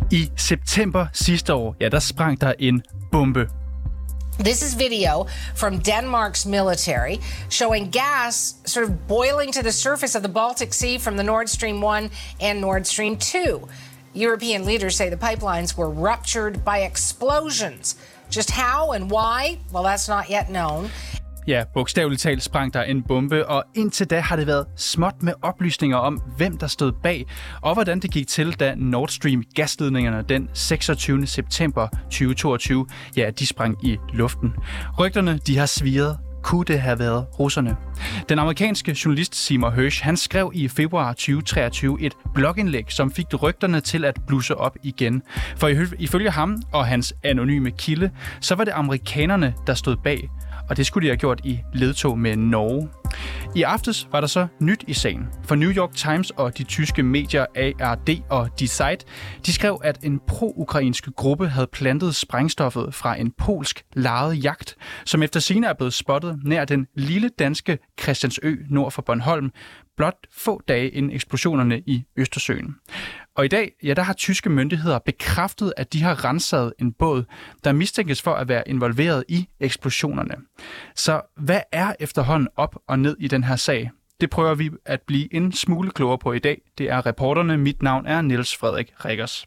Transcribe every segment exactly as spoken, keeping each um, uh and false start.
I september sidste år, ja, der sprang der en bombe. This is video from Denmark's military showing gas sort of boiling to the surface of the Baltic Sea from the Nord Stream one and Nord Stream two. European leaders say the pipelines were ruptured by explosions. Just how and why? Well, that's not yet known. Ja, bogstaveligt talt sprang der en bombe, og indtil da har det været småt med oplysninger om, hvem der stod bag, og hvordan det gik til, da Nord Stream gasledningerne den seksogtyvende september tyve toogtyve, ja, de sprang i luften. Rygterne, de har svirret. Kunne det have været russerne? Den amerikanske journalist Seymour Hersh, han skrev i februar tyve treogtyve et blogindlæg, som fik rygterne til at blusse op igen. For ifølge ham og hans anonyme kilde, så var det amerikanerne, der stod bag. Og det skulle de have gjort i ledtog med Norge. I aftes var der så nyt i sagen, for New York Times og de tyske medier A R D og Die Zeit, de skrev, at en pro-ukrainske gruppe havde plantet sprængstoffet fra en polsk lejet jagt, som efter sigende er blevet spottet nær den lille danske Christiansø nord for Bornholm, blot få dage inden eksplosionerne i Østersøen. Og i dag, ja, der har tyske myndigheder bekræftet, at de har renset en båd, der mistænkes for at være involveret i eksplosionerne. Så hvad er efterhånden op og ned i den her sag? Det prøver vi at blive en smule klogere på i dag. Det er reporterne. Mit navn er Niels Frederik Rikkers.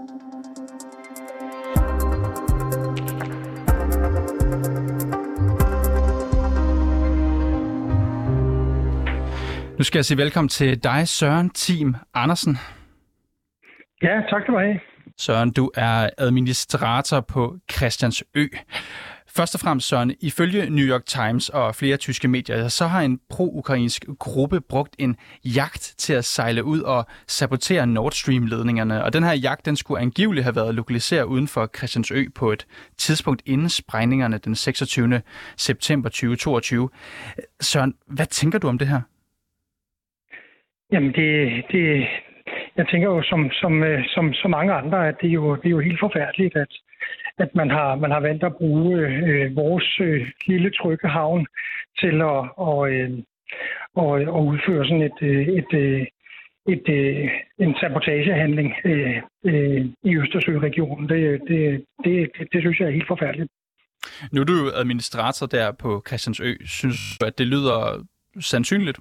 Nu skal jeg sige velkommen til dig, Søren Thim Andersen. Ja, tak skal du have. Søren, du er administrator på Christiansø. Først og fremmest, Søren, ifølge New York Times og flere tyske medier, så har en pro-ukrainsk gruppe brugt en jagt til at sejle ud og sabotere Nord Stream-ledningerne. Og den her jagt, den skulle angiveligt have været lokaliseret uden for Christiansø på et tidspunkt inden sprængningerne den seksogtyvende september tyve toogtyve. Søren, hvad tænker du om det her? Jamen, det, det, jeg tænker jo som, som, som, som mange andre, at det er jo, det er jo helt forfærdeligt, at, at man, har, man har valgt at bruge øh, vores øh, lille trygge havn til at, og, øh, og, at udføre sådan et, et, et, et, et, en sabotagehandling øh, øh, i Østersøregionen. Det, det, det, det, det synes jeg er helt forfærdeligt. Nu er du jo administrator der på Christiansø. Synes du, at det lyder sandsynligt?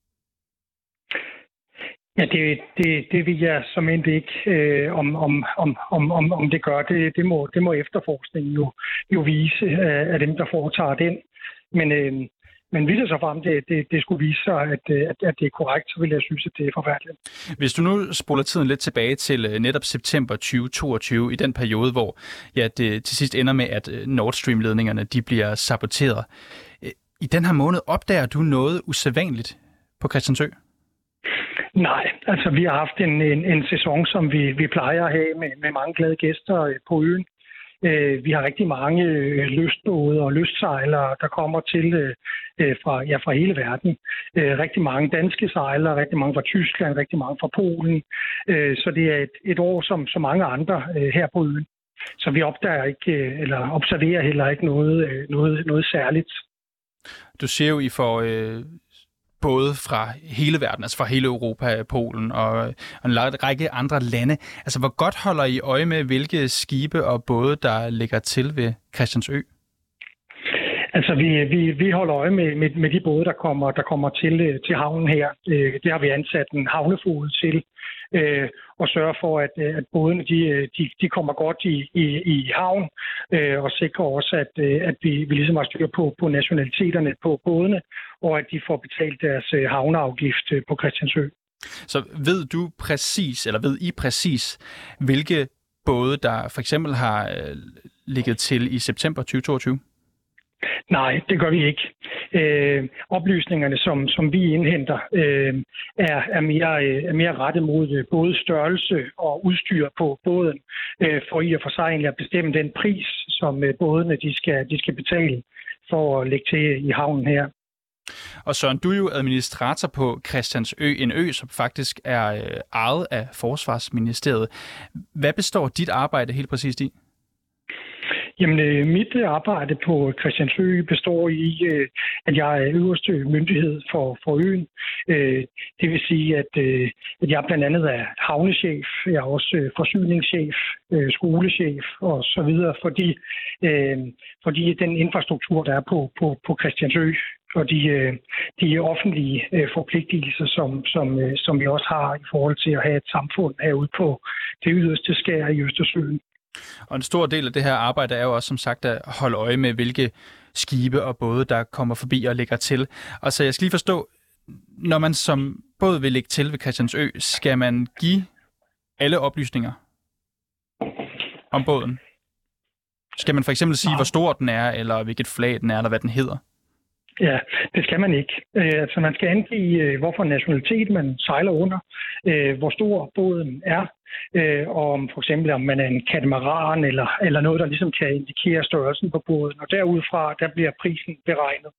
Ja, det, det, det vil jeg som end ikke, øh, om, om, om, om, om det gør. Det, det, må, det må efterforskningen jo, jo vise af, af dem, der foretager den. Men, øh, men hvis det så frem, det, det, det skulle vise sig, at, at, at det er korrekt, så vil jeg synes, at det er forfærdeligt. Hvis du nu spoler tiden lidt tilbage til netop september tyve toogtyve, i den periode, hvor ja, det til sidst ender med, at Nord Stream-ledningerne de bliver saboteret. I den her måned opdager du noget usædvanligt på Christiansø? Nej, altså vi har haft en, en, en sæson, som vi, vi plejer at have med, med mange glade gæster på øen. Øh, vi har rigtig mange øh, lystbåde og lystsejlere, der kommer til øh, fra, ja, fra hele verden. Øh, rigtig mange danske sejlere, rigtig mange fra Tyskland, rigtig mange fra Polen. Øh, så det er et, et år som så mange andre øh, her på øen. Så vi opdager ikke, øh, eller observerer heller ikke noget, øh, noget, noget særligt. Du siger jo, I får Øh... både fra hele verden, altså fra hele Europa, Polen og, og en række andre lande. Altså, hvor godt holder I øje med, hvilke skibe og både, der ligger til ved Christiansø? Altså, vi, vi, vi holder øje med, med, med de både, der kommer, der kommer til, til havnen her. Det har vi ansat en havnefoged til, og sørge for, at, at bådene de, de, de kommer godt i, i, i havn, og sikrer også, at, at vi, vi ligesom har styr på, på nationaliteterne på bådene, og at de får betalt deres havneafgift på Christiansø. Så ved du præcis, eller ved I præcis, hvilke både, der for eksempel har ligget til i september tyve toogtyve? Nej, det gør vi ikke. Øh, oplysningerne, som, som vi indhenter, øh, er, er, mere, er mere rettet mod både størrelse og udstyr på båden, øh, for i og for sig egentlig at bestemme den pris, som øh, bådene de skal, de skal betale for at lægge til i havnen her. Og Søren, du er jo administrator på Christiansø, en ø, som faktisk er øh, ejet af Forsvarsministeriet. Hvad består dit arbejde helt præcist i? Jamen, øh, mit arbejde på Christiansø består i, øh, at jeg er øverste myndighed for, for øen. Øh, det vil sige, at, øh, at jeg blandt andet er havnechef, jeg er også øh, forsyningschef, øh, skolechef og så videre, fordi, øh, fordi den infrastruktur, der er på, på, på Christiansø, og de, øh, de offentlige øh, forpligtelser, som, som, øh, som vi også har i forhold til at have et samfund herude på det yderste skær i Østersøen. Og en stor del af det her arbejde er jo også, som sagt, at holde øje med, hvilke skibe og både, der kommer forbi og lægger til. Og så jeg skal lige forstå, når man som båd vil lægge til ved Christiansø, skal man give alle oplysninger om båden? Skal man for eksempel sige, hvor stor den er, eller hvilket flag den er, eller hvad den hedder? Ja, det skal man ikke. Øh, altså man skal angive, øh, hvorfor nationalitet man sejler under, øh, hvor stor båden er, øh, og om for eksempel om man er en katamaran eller, eller noget, der ligesom kan indikere størrelsen på båden. Og derudfra, der bliver prisen beregnet.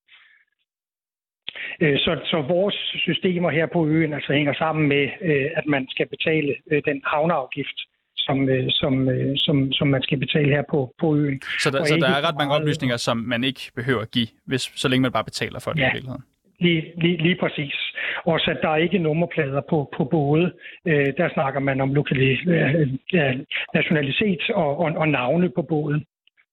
Øh, så, så vores systemer her på øen altså hænger sammen med, øh, at man skal betale øh, den havneafgift, Som, som, som, som man skal betale her på, på øen. Så der, så der er ret mange oplysninger, som man ikke behøver at give, hvis, så længe man bare betaler for det, ja, i virkeligheden? Lige, lige, lige præcis. Også at der er ikke nummerplader på, på både. Øh, der snakker man om lokali, øh, nationalitet og, og, og navne på båden.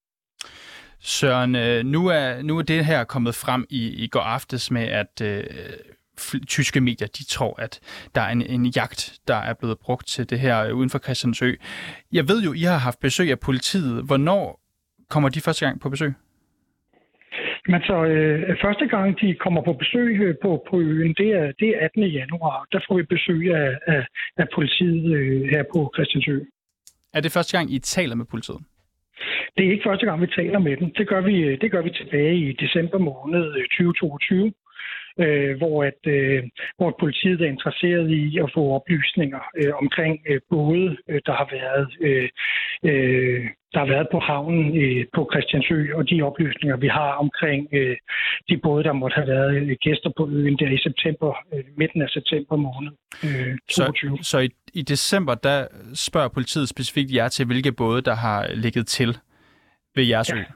Søren, nu er, nu er det her kommet frem i, i går aftes med, at øh, tyske medier, de tror, at der er en, en jagt, der er blevet brugt til det her uden for Christiansø. Jeg ved jo, I har haft besøg af politiet. Hvornår kommer de første gang på besøg? Men så øh, første gang, de kommer på besøg øh, på, på øen, det er, det er attende januar. Der får vi besøg af, af, af politiet øh, her på Christiansø. Er det første gang, I taler med politiet? Det er ikke første gang, vi taler med dem. Det gør vi, det gør vi tilbage i december måned tyve toogtyve. Øh, hvor, at, øh, hvor politiet er interesseret i at få oplysninger øh, omkring øh, både, øh, der har været øh, øh, der har været på havnen øh, på Christiansø, og de oplysninger, vi har omkring øh, de både, der måtte have været øh, gæster på øen der i september, øh, midten af september måned øh, toogtyve. Så, så i, i december, der spørger politiet specifikt jer til, hvilke både, der har ligget til ved jeres ø. Ja.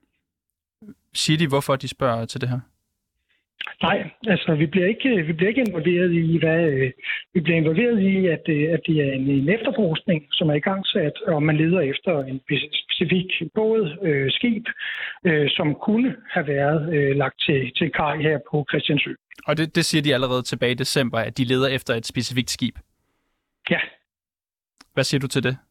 Siger de, hvorfor de spørger til det her? Nej, altså vi bliver ikke vi bliver ikke involveret i hvad øh, vi bliver involveret i at øh, at det er en, en efterforskning, som er i gang sat, og man leder efter en specifik båd, øh, skib, øh, som kunne have været øh, lagt til til kaj her på Christiansø. Og det, det siger de allerede tilbage i december, at de leder efter et specifikt skib. Ja. Hvad siger du til det?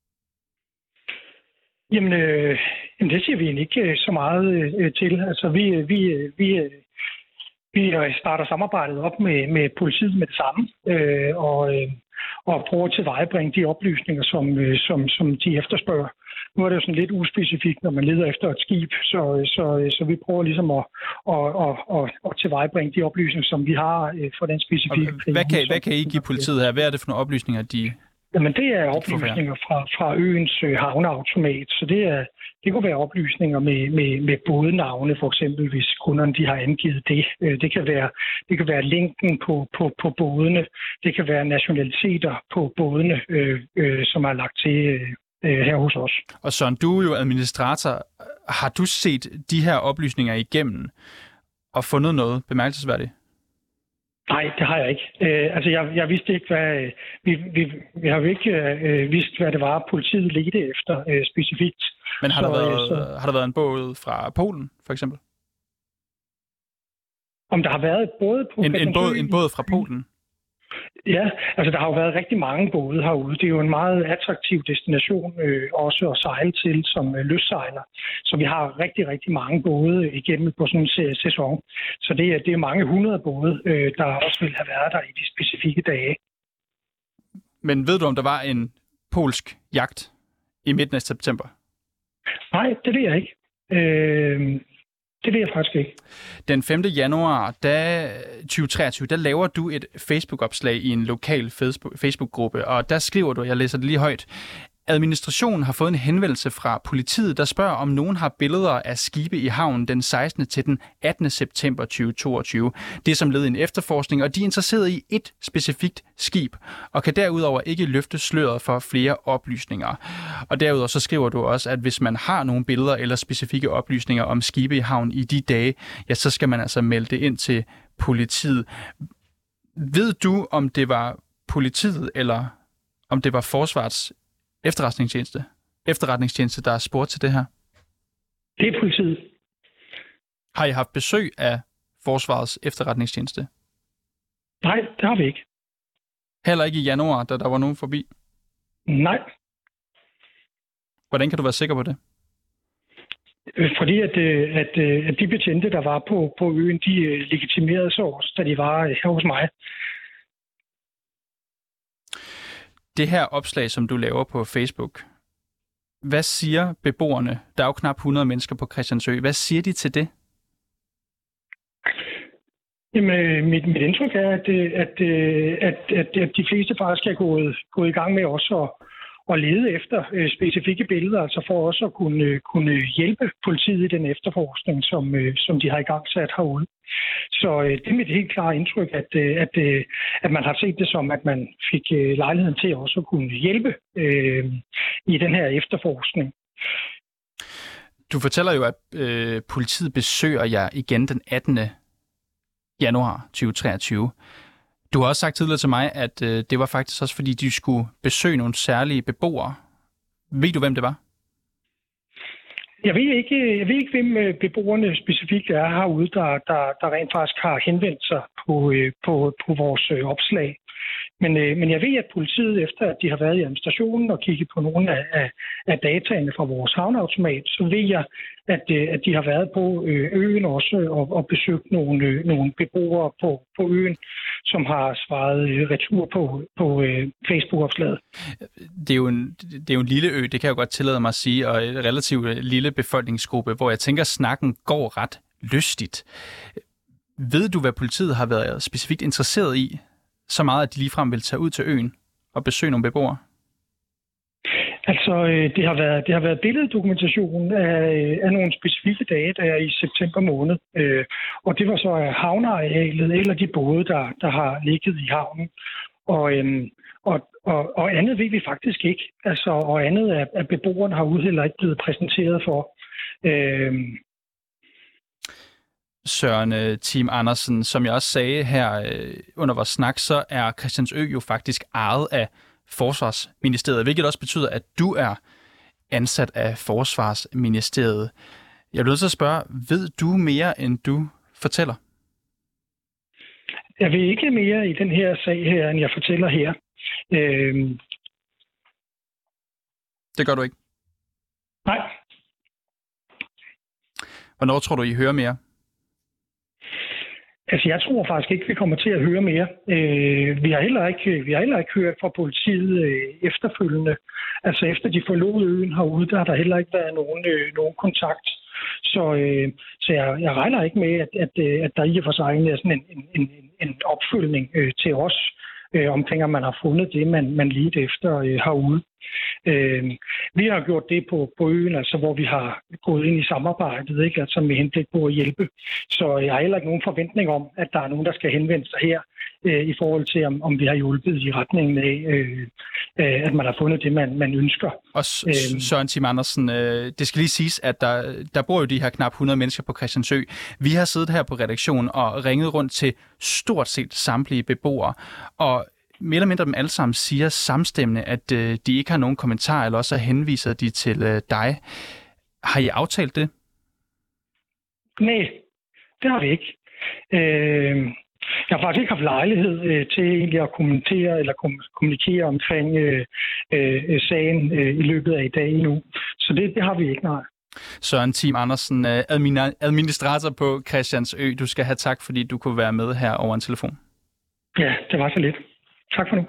Jamen, øh, jamen det siger vi egentlig ikke så meget øh, til. Altså vi vi vi Vi starter samarbejdet op med, med politiet med det samme, øh, og, øh, og prøver at tilvejebringe de oplysninger, som, øh, som, som de efterspørger. Nu er det jo sådan lidt uspecifikt, når man leder efter et skib, så, så, så vi prøver ligesom at, at, at, at, at tilvejebringe de oplysninger, som vi har øh, for den specifikke krig. Hvad kan, hvad kan I give politiet her? Hvad er det for nogle oplysninger, de... Jamen det er oplysninger fra, fra øens øh, havneautomat, så det, er, det kunne være oplysninger med, med, med bådenavne, for eksempel hvis kunderne de har angivet det. Øh, det, kan være, det kan være linken på, på, på bådene, det kan være nationaliteter på bådene, øh, øh, som er lagt til øh, her hos os. Og Søren, du er jo administrator. Har du set de her oplysninger igennem og fundet noget bemærkelsesværdigt? Nej, det har jeg ikke. Øh, altså, jeg, jeg vidste ikke, hvad... Vi, vi, vi har jo ikke øh, vidst, hvad det var, politiet ledte efter øh, specifikt. Men har, så, der været, så, har der været en båd fra Polen, for eksempel? Om der har været både på... En, en, båd, en båd fra Polen? Ja, altså der har jo været rigtig mange både herude. Det er jo en meget attraktiv destination øh, også at sejle til som øh, lystsejler. Så vi har rigtig, rigtig mange både igennem på sådan en sæson. Så det er, det er mange hundrede både, øh, der også vil have været der i de specifikke dage. Men ved du, om der var en polsk jagt i midten af september? Nej, det ved jeg ikke. Øh... Det ved jeg faktisk ikke. Den femte januar der, tyve treogtyve, der laver du et Facebook-opslag i en lokal Facebook-gruppe, og der skriver du, jeg læser det lige højt, Administrationen har fået en henvendelse fra politiet, der spørger, om nogen har billeder af skibe i havnen den sekstende til den attende september tyve toogtyve. Det er som led i en efterforskning, og de er interesseret i et specifikt skib, og kan derudover ikke løfte sløret for flere oplysninger. Og derudover så skriver du også, at hvis man har nogle billeder eller specifikke oplysninger om skibe i havnen i de dage, ja, så skal man altså melde det ind til politiet. Ved du, om det var politiet, eller om det var Forsvarets efterretningstjeneste, efterretningstjeneste, der er spurgt til det her? Det er politiet. Har I haft besøg af Forsvarets efterretningstjeneste? Nej, det har vi ikke. Heller ikke i januar, da der var nogen forbi? Nej. Hvordan kan du være sikker på det? Fordi at, at, at de betjente, der var på, på øen, de legitimerede sig også, da de var her hos mig. Det her opslag, som du laver på Facebook, hvad siger beboerne? Der er jo knap hundrede mennesker på Christiansø. Hvad siger de til det? Jamen, mit, mit indtryk er, at, at, at, at, at de fleste faktisk er gået, gået i gang med også at, at lede efter øh, specifikke billeder, altså for også at kunne, kunne hjælpe politiet i den efterforskning, som, øh, som de har i gang sat herude. Så øh, det er mit helt klare indtryk, at, øh, at, øh, at man har set det som, at man fik øh, lejligheden til også at kunne hjælpe øh, i den her efterforskning. Du fortæller jo, at øh, politiet besøger jer igen den attende januar tyve treogtyve. Du har også sagt tidligere til mig, at øh, det var faktisk også, fordi de skulle besøge nogle særlige beboere. Ved du, hvem det var? Jeg ved ikke, jeg ved ikke hvem beboerne specifikt er herude, der, der, der rent faktisk har henvendt sig på, på, på vores opslag. Men, men jeg ved, at politiet, efter at de har været i administrationen og kigget på nogle af, af, af dataene fra vores havneautomat, så ved jeg, at, at de har været på øen også og, og besøgt nogle, nogle beboere på, på øen, som har svaret retur på, på Facebook-opslaget. Det er, jo en, det er jo en lille ø, det kan jeg jo godt tillade mig at sige, og en relativt lille befolkningsgruppe, hvor jeg tænker, at snakken går ret lystigt. Ved du, hvad politiet har været specifikt interesseret i, så meget, at de ligefrem vil tage ud til øen og besøge nogle beboere? Altså, det har været, det har været billeddokumentation af, af nogle specifikke dage, der er i september måned. Og det var så havnearealet eller de både, der, der har ligget i havnen. Og, og, og, og andet ved vi faktisk ikke. Altså, og andet af, af beboerne har heller ikke blevet præsenteret for. Søren Tim Andersen, som jeg også sagde her øh, under vores snak, så er Christiansø jo faktisk ejet af Forsvarsministeriet, hvilket også betyder, at du er ansat af Forsvarsministeriet. Jeg vil nødt til at spørge, ved du mere, end du fortæller? Jeg ved ikke mere i den her sag her, end jeg fortæller her. Øh... Det gør du ikke? Nej. Hvornår tror du, I hører mere? Altså, jeg tror faktisk ikke, vi kommer til at høre mere. Øh, vi, har heller ikke, vi har heller ikke hørt fra politiet øh, efterfølgende. Altså, efter de forlod øen herude, der har der heller ikke været nogen, øh, nogen kontakt. Så, øh, så jeg, jeg regner ikke med, at, at, at der i og for sig er sådan en, en, en, en opfølgning øh, til os, øh, omkring at man har fundet det, man, man ledte efter øh, herude. Øh, vi har gjort det på, på øen, altså hvor vi har gået ind i samarbejdet, ikke? Altså med henblik på at hjælpe. Så jeg har heller ikke nogen forventning om, at der er nogen, der skal henvende sig her øh, i forhold til, om, om vi har hjulpet i retningen af, øh, øh, at man har fundet det, man, man ønsker. Og Søren Tim Andersen, øh, det skal lige siges, at der, der bor jo de her knap hundrede mennesker på Christiansø. Vi har siddet her på redaktionen og ringet rundt til stort set samtlige beboere, og mere eller mindre dem alle sammen siger samstemmende, at øh, de ikke har nogen kommentar, eller også henviser de til øh, dig. Har I aftalt det? Nej, det har vi ikke. Øh, jeg har faktisk ikke haft lejlighed øh, til egentlig at kommentere eller kom- kommunikere omkring øh, øh, sagen øh, i løbet af i dag endnu. Så det, det har vi ikke, nej. Søren Tim Andersen, administrator på Christiansø. Du skal have tak, fordi du kunne være med her over en telefon. Ja, det var så lidt. Tak for nu.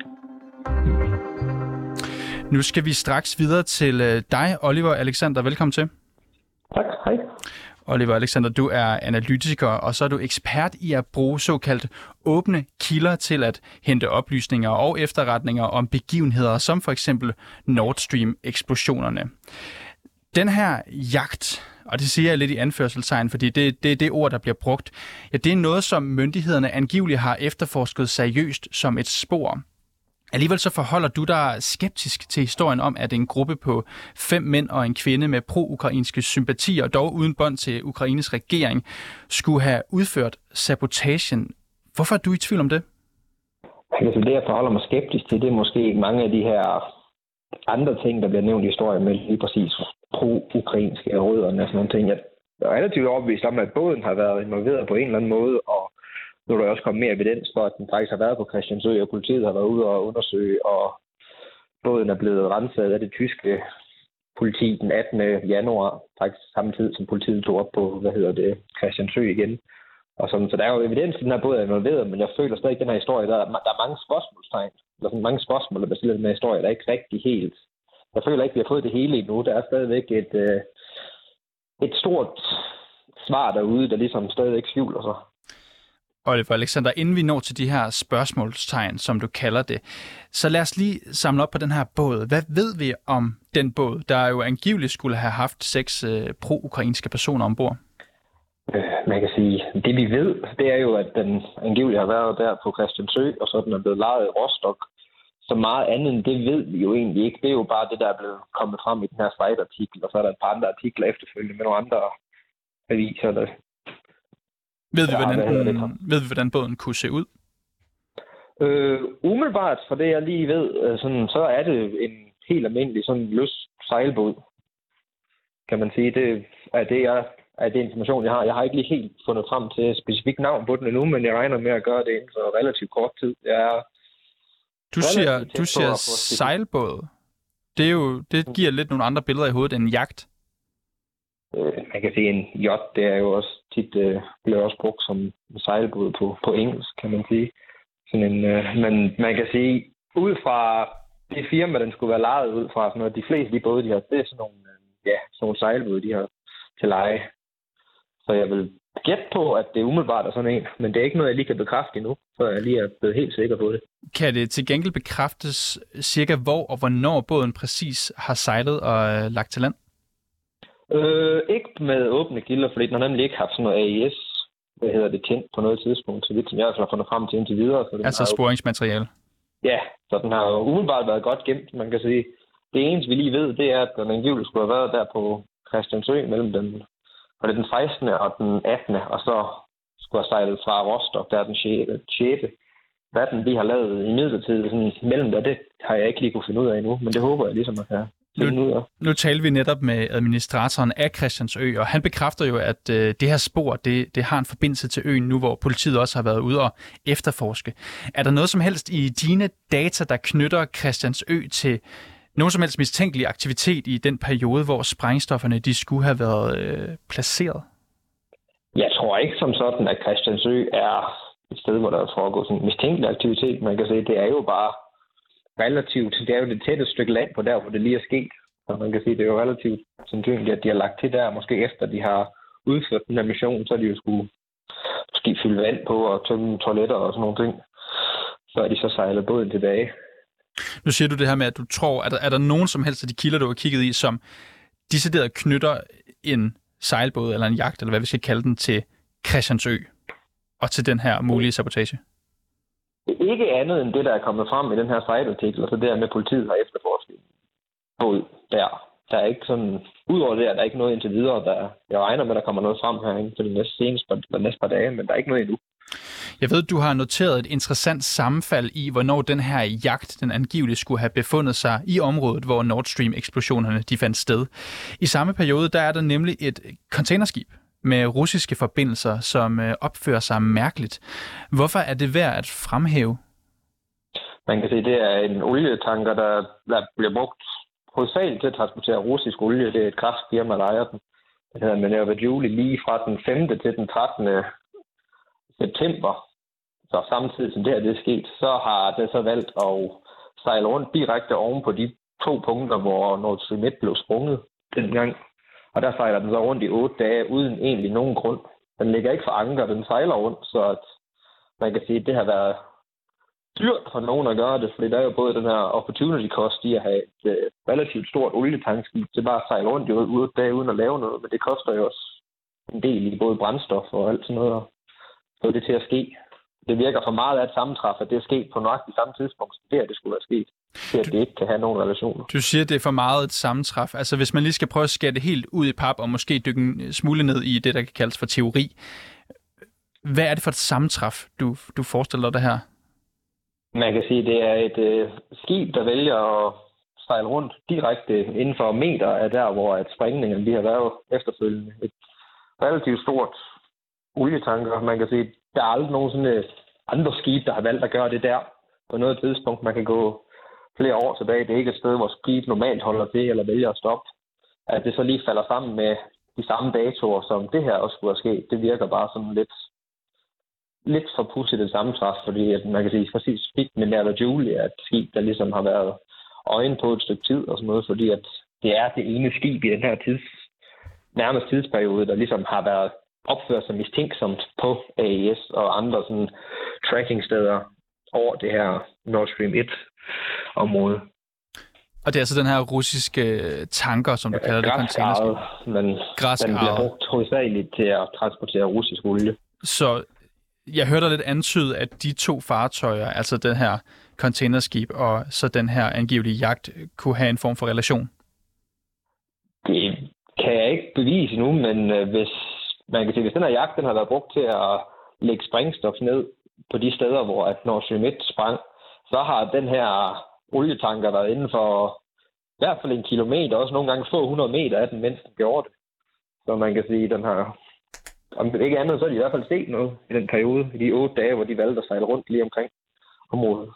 Nu skal vi straks videre til dig, Oliver Alexander. Velkommen til. Tak, hej. Oliver Alexander, du er analytiker, og så er du ekspert i at bruge såkaldt åbne kilder til at hente oplysninger og efterretninger om begivenheder, som for eksempel Nord Stream-eksplosionerne. Den her jagt, og det siger jeg lidt i anførselstegn, fordi det, det er det ord, der bliver brugt, ja, det er noget, som myndighederne angiveligt har efterforsket seriøst som et spor. Alligevel så forholder du dig skeptisk til historien om, at en gruppe på fem mænd og en kvinde med pro-ukrainske sympatier, dog uden bånd til Ukraines regering, skulle have udført sabotagen. Hvorfor er du i tvivl om det? Altså det, jeg forholder mig skeptisk til, det er måske mange af de her andre ting, der bliver nævnt i historien med lige præcis pro-ukrainske rødder og sådan nogle ting. Jeg er relativt overbevist om, at båden har været involveret på en eller anden måde, og nu er der også kommet mere evidens for, at den faktisk har været på Christiansø, og politiet har været ude og undersøge, og båden er blevet renset af det tyske politi den attende januar, faktisk samme tid, som politiet tog op på, hvad hedder det, Christiansø igen. Og sådan, så der er jo evidens, at den her båd er involveret, men jeg føler stadig, at den her historie, der, der er mange spørgsmålstegn. Der er sådan mange spørgsmål, der bestiller den her historie, der er ikke rigtig helt. Jeg føler ikke, at vi har fået det hele endnu. Der er stadigvæk et, øh, et stort svar derude, der ligesom stadigvæk skjuler sig. Oliver Alexander, inden vi når til de her spørgsmålstegn, som du kalder det, så lad os lige samle op på den her båd. Hvad ved vi om den båd, der jo angiveligt skulle have haft seks øh, pro-ukrainske personer ombord? Man kan sige, det vi ved, det er jo, at den angiveligt har været der på Christiansø, og så den er blevet lejet i Rostock. Så meget andet end det ved vi jo egentlig ikke. Det er jo bare det, der er blevet kommet frem i den her slide-artikel, og så er der et par andre artikler efterfølgende med nogle andre aviser. Der... Ved vi, hvordan, ja, den, ved vi, hvordan båden kunne se ud? Øh, umiddelbart, for det jeg lige ved, sådan, så er det en helt almindelig sådan løs sejlbåd, kan man sige. Det er det, jeg... af det information, jeg har. Jeg har ikke lige helt fundet frem til et specifikt navn på den endnu, men jeg regner med at gøre det inden for relativt kort tid. Jeg er du siger, du siger sejlbåd. Det, er jo, det giver lidt nogle andre billeder i hovedet end en jagt. Øh, man kan sige, en yacht, det er jo også tit øh, bliver også brugt som en sejlbåd på, på engelsk, kan man sige. Sådan en, øh, men man kan sige, ud fra det firma, den skulle være lejet ud fra, sådan noget, de fleste de både, de har, det er sådan nogle, øh, ja, sådan nogle sejlbåde, de har til leje. Så jeg vil gætte på, at det umiddelbart er sådan en, men det er ikke noget, jeg lige kan bekræfte endnu, så jeg lige er blevet helt sikker på det. Kan det til gengæld bekræftes cirka hvor og hvornår båden præcis har sejlet og øh, lagt til land? Øh, ikke med åbne kilder, fordi den har nemlig ikke haft sådan noget A I S, hvad hedder det, tændt på noget tidspunkt, så vidt som jeg har fundet frem til indtil videre. Så altså sporingsmateriale? Ja, så den har jo umiddelbart været godt gemt, man kan sige. Det eneste, vi lige ved, det er, at den angiveligt skulle have været der på Christiansø mellem den, og det er den sekstende og den attende og så skulle have sejlet fra Rostock, der er den sjette Hvad den de har lavet i midlertid sådan mellem der, det har jeg ikke lige kunne finde ud af endnu, men det håber jeg ligesom at have finde ud af. Nu talte vi netop med administratoren af Christiansø, og han bekræfter jo, at øh, det her spor, det, det har en forbindelse til øen nu, hvor politiet også har været ude og efterforske. Er der noget som helst i dine data, der knytter Christiansø til nogen som helst mistænkelig aktivitet i den periode, hvor sprængstofferne de skulle have været øh, placeret? Jeg tror ikke som sådan, at Christiansø er et sted, hvor der er foregået sådan en mistænkelig aktivitet. Man kan sige, det er jo bare relativt, det er jo det tætteste stykke land på der, hvor det lige er sket. Så man kan sige, det er jo relativt sandsynligt, at de har lagt til der, måske efter de har udført den her mission, så er de jo skulle måske fylde vand på og tømme toiletter og sådan nogle ting. Så er de så sejlet båden tilbage. Nu siger du det her med, at du tror, at der, er der nogen som helst af de kilder, du har kigget i, som decideret knytter en sejlbåd eller en jagt, eller hvad vi skal kalde den, til Christiansø og til den her mulige sabotage? Ikke andet end det, der er kommet frem i den her sejlartikel, og så der med politiet har efterforsket båd der. Der er ikke sådan, udover det, der er ikke noget indtil videre, der, jeg regner med, at der kommer noget frem her inden for de næste seneste de næste par dage, men der er ikke noget endnu. Jeg ved, du har noteret et interessant sammenfald i, hvornår den her jagt, den angiveligt skulle have befundet sig i området, hvor Nord Stream-eksplosionerne de fandt sted. I samme periode, der er der nemlig et containerskib med russiske forbindelser, som opfører sig mærkeligt. Hvorfor er det værd at fremhæve? Man kan sige, det er en olietanker, der, der bliver brugt hovedsageligt til at transportere russisk olie. Det er et kraftfirma, der ejer den. Det hedder Minerva Julie lige fra den femte til den trettende september. Så samtidig som det her det er sket, så har det så valgt at sejle rundt direkte oven på de to punkter, hvor Nord Stream et blev sprunget dengang. Og der sejler den så rundt i otte dage, uden egentlig nogen grund. Den ligger ikke for anker, den sejler rundt, så at man kan sige, at det har været dyrt for nogen at gøre det, fordi der er jo både den her opportunity cost i at have et uh, relativt stort olietankskib til bare at sejle rundt i otte dage uden at lave noget, men det koster jo også en del i både brændstof og alt sådan noget at få det til at ske. Det virker for meget af et sammentræf, at det er sket på nøjagtigt samme tidspunkt, som det her det skulle være sket. Det, at det ikke kan have nogen relationer. Du siger, at det er for meget et sammentræf. Altså hvis man lige skal prøve at skære det helt ud i pap, og måske dykke en smule ned i det, der kan kaldes for teori. Hvad er det for et sammentræf, du, du forestiller dig her? Man kan sige, at det er et øh, skib, der vælger at sejle rundt direkte inden for meter af der, hvor at sprængningen de har været efterfølgende. Et relativt stort olietanker. Man kan sige, der er aldrig nogen sådan andre skibe, der har valgt at gøre det der på noget tidspunkt. Man kan gå flere år tilbage. Det er ikke et sted, hvor skib normalt holder til eller vælger at stoppe. At det så lige falder sammen med de samme datoer, som det her også skulle have sket, det virker bare sådan lidt, lidt for pudsigt et sammentræf, fordi at man kan sige præcis spidt med Nerva Julia, at skib, der ligesom har været øjen på et stykke tid og sådan noget, fordi at det er det ene skib i den her tids, nærmest tidsperiode, der ligesom har været opført sig mistænksomt på A E S og andre sådan trackingsteder over det her Nord Stream et-område. Og det er altså den her russiske tanker, som du ja, kalder det, containerskib. Men den bliver brugt hovedsageligt til at transportere russisk olie. Så jeg hørte lidt antyde, at de to fartøjer, altså den her containerskib og så den her angivelige jagt, kunne have en form for relation? Det kan jeg ikke bevise nu, men øh, hvis man kan sige, hvis den her jagt den har været brugt til at lægge sprængstof ned på de steder, hvor at Nord Stream et sprang, så har den her olietanker været inden for i hvert fald en kilometer, også nogle gange få hundrede meter af den, mens den gjorde det. Så man kan sige, den her, om det ikke andet, så har de i hvert fald set noget i den periode, i de otte dage, hvor de valgte at sejle rundt lige omkring området.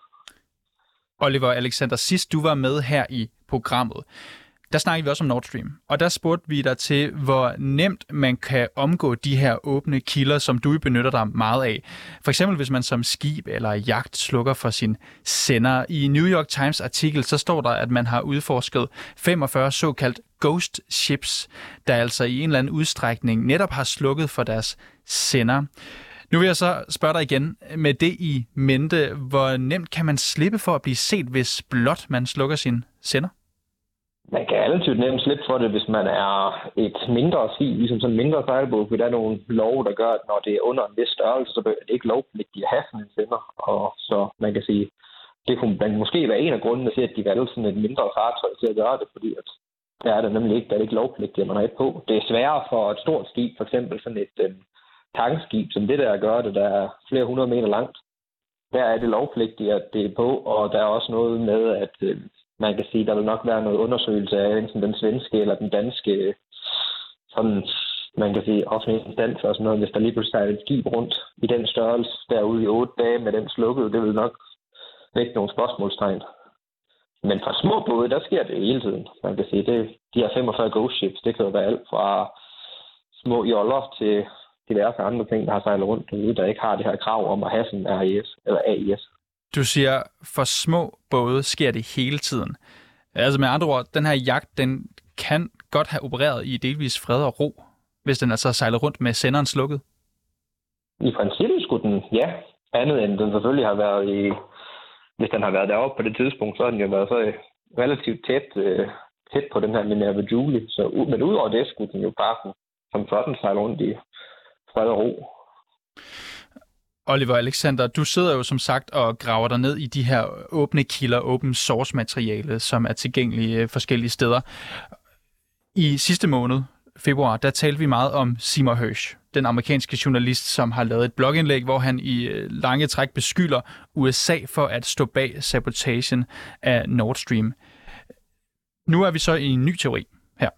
Oliver Alexander, sidst du var med her i programmet, der snakkede vi også om Nord Stream, og der spurgte vi dig til, hvor nemt man kan omgå de her åbne kilder, som du benytter dig meget af. For eksempel hvis man som skib eller jagt slukker for sin sender. I New York Times artikel, så står der, at man har udforsket femogfyrre såkaldt ghost ships, der altså i en eller anden udstrækning netop har slukket for deres sender. Nu vil jeg så spørge dig igen, med det i mente, hvor nemt kan man slippe for at blive set, hvis blot man slukker sin sender? Man kan relativt nemt slippe for det, hvis man er et mindre skib, ligesom sådan en mindre sejlbåd, for der er nogle love, der gør, at når det er under en vis størrelse, så er det ikke lovpligtigt at have sådan en sender. Og så man kan sige, det kunne måske være en af grundene til, at de valgte sådan et mindre fartøj til at gøre det, fordi at der er det nemlig ikke, der er ikke lovpligtigt, at man har et på. Det er sværere for et stort skib, for eksempel sådan et um, tankskib, som det der gør det, der er flere hundrede meter langt. Der er det lovpligtigt, at det er på, og der er også noget med, at um, man kan sige, der vil nok være noget undersøgelse af enten den svenske eller den danske sådan, man kan sige, offentlige instans og sådan noget. Hvis der lige pludselig er et skib rundt i den størrelse derude i otte dage med den slukket, det vil nok vække nogle spørgsmålstegn. Men fra små både, der sker det hele tiden. Man kan sige, det, de her femogfyrre ghost ships, det kan jo være alt fra små joller til diverse andre ting, der har sejlet rundt derude, der ikke har det her krav om at have sådan en R E S eller A I S. Du siger, for små både sker det hele tiden. Altså med andre ord, den her jagt, den kan godt have opereret i delvis fred og ro, hvis den altså sejler rundt med senderen slukket. I princippet skulle den, ja. Andet end den selvfølgelig har været i, hvis den har været deroppe på det tidspunkt, så har den jo været så relativt tæt, øh, tæt på den her Nerva Julia. Så, men udover det skulle den jo bare som sådan sejle rundt i fred og ro. Oliver Alexander, du sidder jo som sagt og graver dig ned i de her åbne kilder, open source materiale, som er tilgængelige forskellige steder. I sidste måned, februar, der talte vi meget om Seymour Hersh, den amerikanske journalist, som har lavet et blogindlæg, hvor han i lange træk beskylder U S A for at stå bag sabotagen af Nord Stream. Nu er vi så i en ny teori her.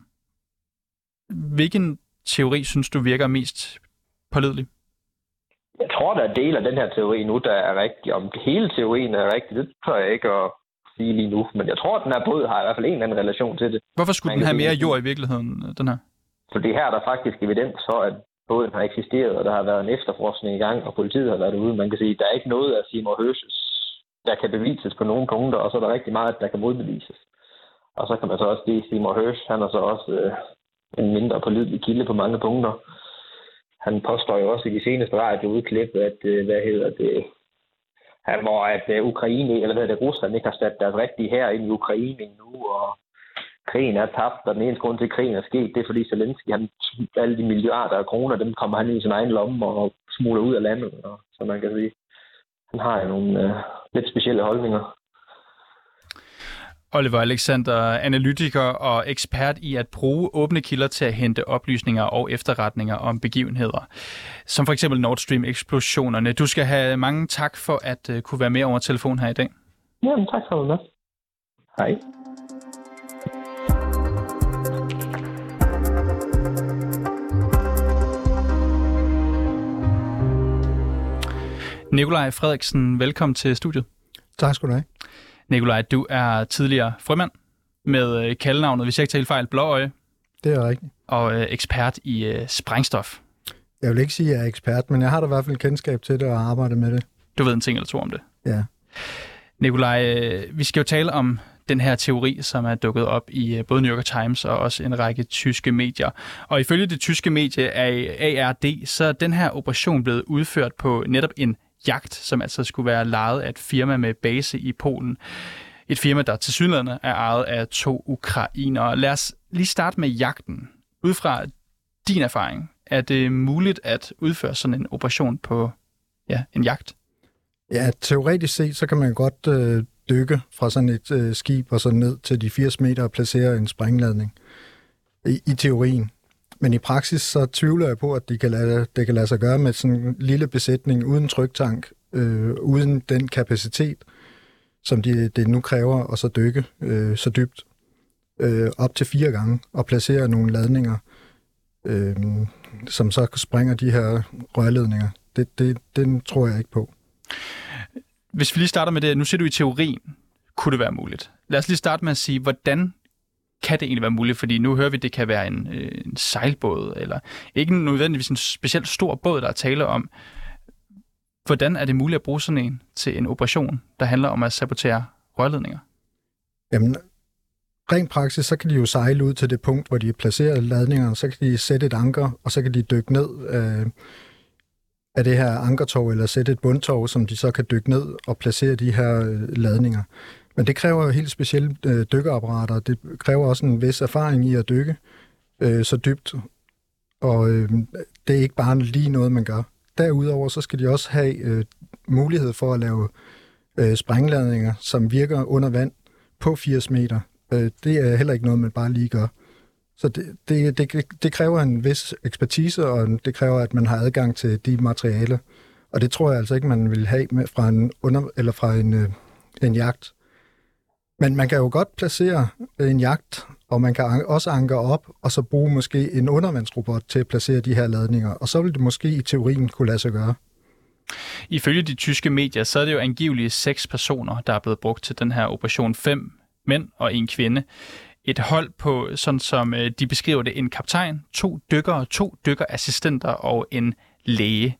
Hvilken teori synes du virker mest pålidelig? Jeg tror, der er del af den her teori nu, der er rigtig. Om hele teorien er rigtig, det tør jeg ikke at sige lige nu. Men jeg tror, at den her båd har i hvert fald en eller anden relation til det. Hvorfor skulle den have mere jord i virkeligheden, den her? Fordi her er der faktisk evidens for, at båden har eksisteret, og der har været en efterforskning i gang, og politiet har været ude. Man kan sige, at der er ikke noget af Seymour Hersh's, der kan bevises på nogle punkter, og så er der rigtig meget, der kan modbevises. Og så kan man så også sige, at Seymour Hersh, han har så også øh, en mindre pålidelig kilde på mange punkter. Han påstår jo også i de seneste radioudklip, at hvad hedder det, hvor at Ukraine, eller hvad det, Rusland ikke har sat deres rigtige her ind i Ukraine endnu, og krigen er tabt, og den eneste grund til, at krigen er sket, det er fordi Zelensky, han, alle de milliarder af kroner, dem kommer han i sin egen lomme og smuler ud af landet, og, så man kan sige. Han har jo nogle øh, lidt specielle holdninger. Oliver Alexander, analytiker og ekspert i at bruge åbne kilder til at hente oplysninger og efterretninger om begivenheder, som for eksempel Nord Stream-eksplosionerne. Du skal have mange tak for at uh, kunne være med over telefon her i dag. Jamen, tak for det. Hej. Nikolaj Frederiksen, velkommen til studiet. Tak skal du have. Nikolaj, du er tidligere frømand med kaldenavnet, hvis jeg ikke tager helt fejl, Blåøje. Det er rigtigt. Og øh, ekspert i øh, sprængstof. Jeg vil ikke sige, at jeg er ekspert, men jeg har da i hvert fald kendskab til det og arbejdet med det. Du ved en ting eller to om det. Ja. Nikolaj, øh, vi skal jo tale om den her teori, som er dukket op i øh, både New York Times og også en række tyske medier. Og ifølge det tyske medie A R D, så er den her operation blevet udført på netop en jagt, som altså skulle være lejet af et firma med base i Polen. Et firma, der tilsyneladende er ejet af to ukrainere. Lad os lige starte med jagten. Ud fra din erfaring, er det muligt at udføre sådan en operation på ja, en jagt? Ja, teoretisk set, så kan man godt øh, dykke fra sådan et øh, skib og så ned til de firs meter og placere en sprængladning. I, i teorien. Men i praksis, så tvivler jeg på, at det kan lade, det kan lade sig gøre med sådan en lille besætning uden tryktank, øh, uden den kapacitet, som de, det nu kræver, og så dykke øh, så dybt, øh, op til fire gange, og placere nogle ladninger, øh, som så springer de her rørledninger. Det, det, den tror jeg ikke på. Hvis vi lige starter med det, nu siger du i teorien, kunne det være muligt. Lad os lige starte med at sige, hvordan kan det egentlig være muligt? Fordi nu hører vi, at det kan være en, øh, en sejlbåd, eller ikke nødvendigvis en specielt stor båd, der er tale om. Hvordan er det muligt at bruge sådan en til en operation, der handler om at sabotere rørledninger? Jamen, rent praksis, så kan de jo sejle ud til det punkt, hvor de placerer ladningerne, så kan de sætte et anker, og så kan de dykke ned øh, af det her ankertov, eller sætte et bundtov, som de så kan dykke ned og placere de her øh, ladninger. Men det kræver jo helt specielle øh, dykkeapparater. Det kræver også en vis erfaring i at dykke øh, så dybt. Og øh, det er ikke bare lige noget, man gør. Derudover så skal de også have øh, mulighed for at lave øh, sprængladninger, som virker under vand på firs meter. Øh, det er heller ikke noget, man bare lige gør. Så det, det, det, det kræver en vis ekspertise, og det kræver, at man har adgang til de materialer. Og det tror jeg altså ikke, man vil have med fra en, under, eller fra en, øh, en jagt. Men man kan jo godt placere en jagt, og man kan også anker op, og så bruge måske en undervandsrobot til at placere de her ladninger. Og så vil det måske i teorien kunne lade sig gøre. Ifølge de tyske medier, så er det jo angiveligt seks personer, der er blevet brugt til den her operation. Fem mænd og en kvinde. Et hold på, sådan som de beskriver det, en kaptajn, to dykkere, to dykkerassistenter og en læge.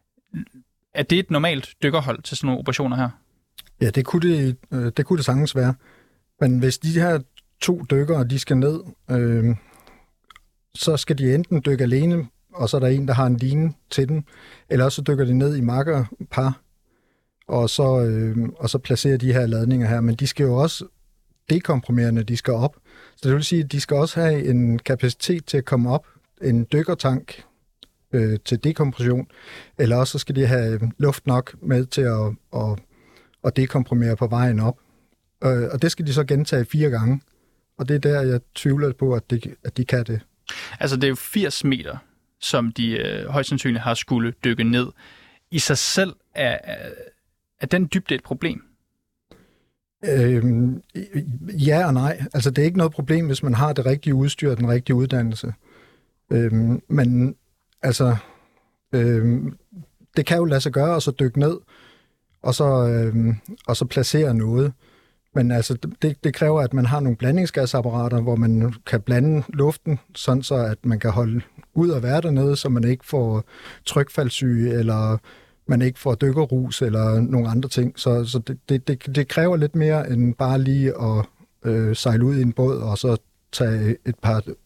Er det et normalt dykkerhold til sådan nogle operationer her? Ja, det kunne det, det, kunne det sagtens være. Men hvis de her to dykkere, de skal ned, øh, så skal de enten dykke alene, og så er der en, der har en line til den, eller så dykker de ned i makkerpar, og så, øh, og så placerer de her ladninger her. Men de skal jo også dekomprimere, når de skal op. Så det vil sige, at de skal også have en kapacitet til at komme op, en dykkertank øh, til dekompression, eller også så skal de have luft nok med til at, at, at dekomprimere på vejen op. Øh, og det skal de så gentage fire gange. Og det er der, jeg tvivler på, at de, at de kan det. Altså det er jo firs meter, som de øh, højst sandsynligt har skulle dykke ned. I sig selv er, er, er den dybde et problem? Øhm, ja og nej. Altså det er ikke noget problem, hvis man har det rigtige udstyr og den rigtige uddannelse. Øhm, men altså, øhm, det kan jo lade sig gøre, og så dykke ned, og så, øhm, og så placere noget. Men altså, det, det kræver, at man har nogle blandingsgasapparater, hvor man kan blande luften, sådan så at man kan holde ud og være dernede, så man ikke får trykfaldssyge, eller man ikke får dykkerrus, eller nogle andre ting. Så, så det, det, det, det kræver lidt mere, end bare lige at øh, sejle ud i en båd, og så tage et par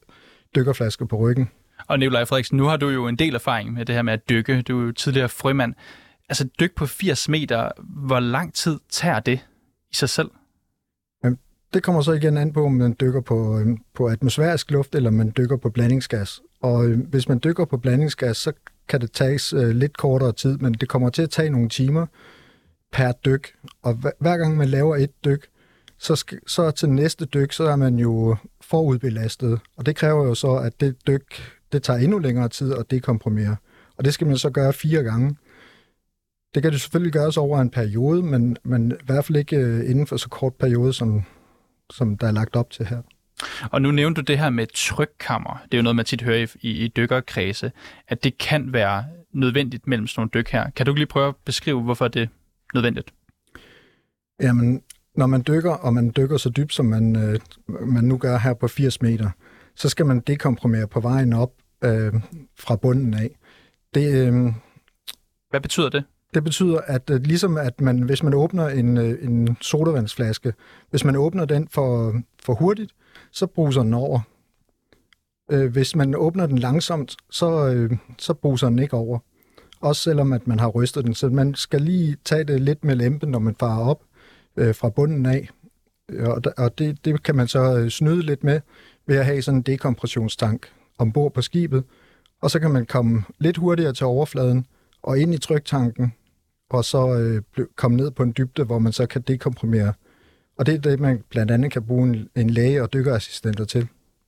dykkerflaske på ryggen. Og Nikolaj Frederiksen, nu har du jo en del erfaring med det her med at dykke. Du er jo tidligere frømand. Altså dyk på firs meter, hvor lang tid tager det i sig selv? Jamen, det kommer så igen an på, om man dykker på, på atmosfærisk luft, eller man dykker på blandingsgas. Og øh, hvis man dykker på blandingsgas, så kan det tages øh, lidt kortere tid, men det kommer til at tage nogle timer per dyk. Og hver, hver gang man laver et dyk, så, skal, så til næste dyk, så er man jo forudbelastet. Og det kræver jo så, at det dyk, det tager endnu længere tid at dekomprimere. Og det skal man så gøre fire gange. Det kan det selvfølgelig gøres over en periode, men, men i hvert fald ikke inden for så kort periode, som, som der er lagt op til her. Og nu nævnte du det her med trykkammer. Det er jo noget, man tit hører i, i, i dykkerkredse, at det kan være nødvendigt mellem sådan nogle dyk her. Kan du lige prøve at beskrive, hvorfor det er nødvendigt? Jamen, når man dykker, og man dykker så dybt, som man, øh, man nu gør her på firs meter, så skal man dekomprimere på vejen op øh, fra bunden af. Det, øh, Hvad betyder det? Det betyder, at øh, ligesom at man, hvis man åbner en, øh, en sodavandsflaske, hvis man åbner den for, for hurtigt, så bruser den over. Øh, hvis man åbner den langsomt, så, øh, så bruser den ikke over. Også selvom at man har rystet den. Så man skal lige tage det lidt med lempen, når man farer op øh, fra bunden af. Og, og det, det kan man så øh, snyde lidt med ved at have sådan en dekompressionstank ombord på skibet. Og så kan man komme lidt hurtigere til overfladen og ind i tryktanken, og så øh, komme ned på en dybde, hvor man så kan dekomprimere. Og det er det, man blandt andet kan bruge en, en læge og dykkerassistenter til.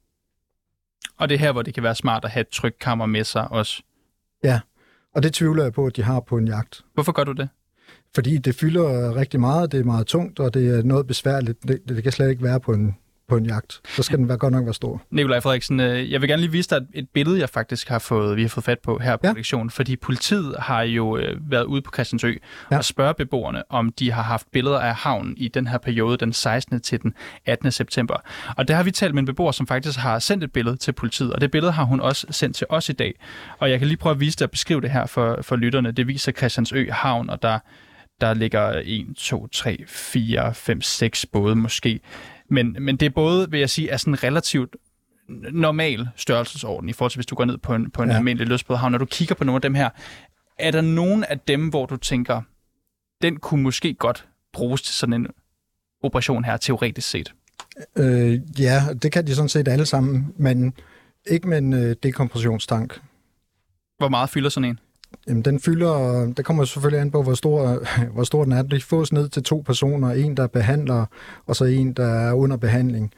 Og det er her, hvor det kan være smart at have et trykkammer med sig også. Ja, og det tvivler jeg på, at de har på en jagt. Hvorfor gør du det? Fordi det fylder rigtig meget, det er meget tungt, og det er noget besværligt. Det, det kan slet ikke være på en, på en jagt. Så skal den være godt nok være stor. Nikolaj Frederiksen, jeg vil gerne lige vise dig et billede, jeg faktisk har fået, vi har fået fat på her på ja. lektionen, fordi politiet har jo været ude på Christiansø ja. og spørger beboerne, om de har haft billeder af havnen i den her periode, den sekstende til den attende september. Og der har vi talt med en beboer, som faktisk har sendt et billede til politiet, og det billede har hun også sendt til os i dag. Og jeg kan lige prøve at vise dig og beskrive det her for, for lytterne. Det viser Christiansø havn, og der, der ligger en, to, tre, fire, fem, seks både måske. Men, men det er både, vil jeg sige, er sådan relativt normal størrelsesorden i forhold til, hvis du går ned på en, på en ja. almindelig lystbådehavn. Når du kigger på nogle af dem her, er der nogen af dem, hvor du tænker, den kunne måske godt bruges til sådan en operation her, teoretisk set? Øh, ja, det kan de sådan set alle sammen, men ikke med en øh, dekompressionstank. Hvor meget fylder sådan en? Jamen, den fylder, det kommer selvfølgelig an på, hvor stor, hvor stor den er. Det fås ned til to personer, en der behandler, og så en, der er under behandling.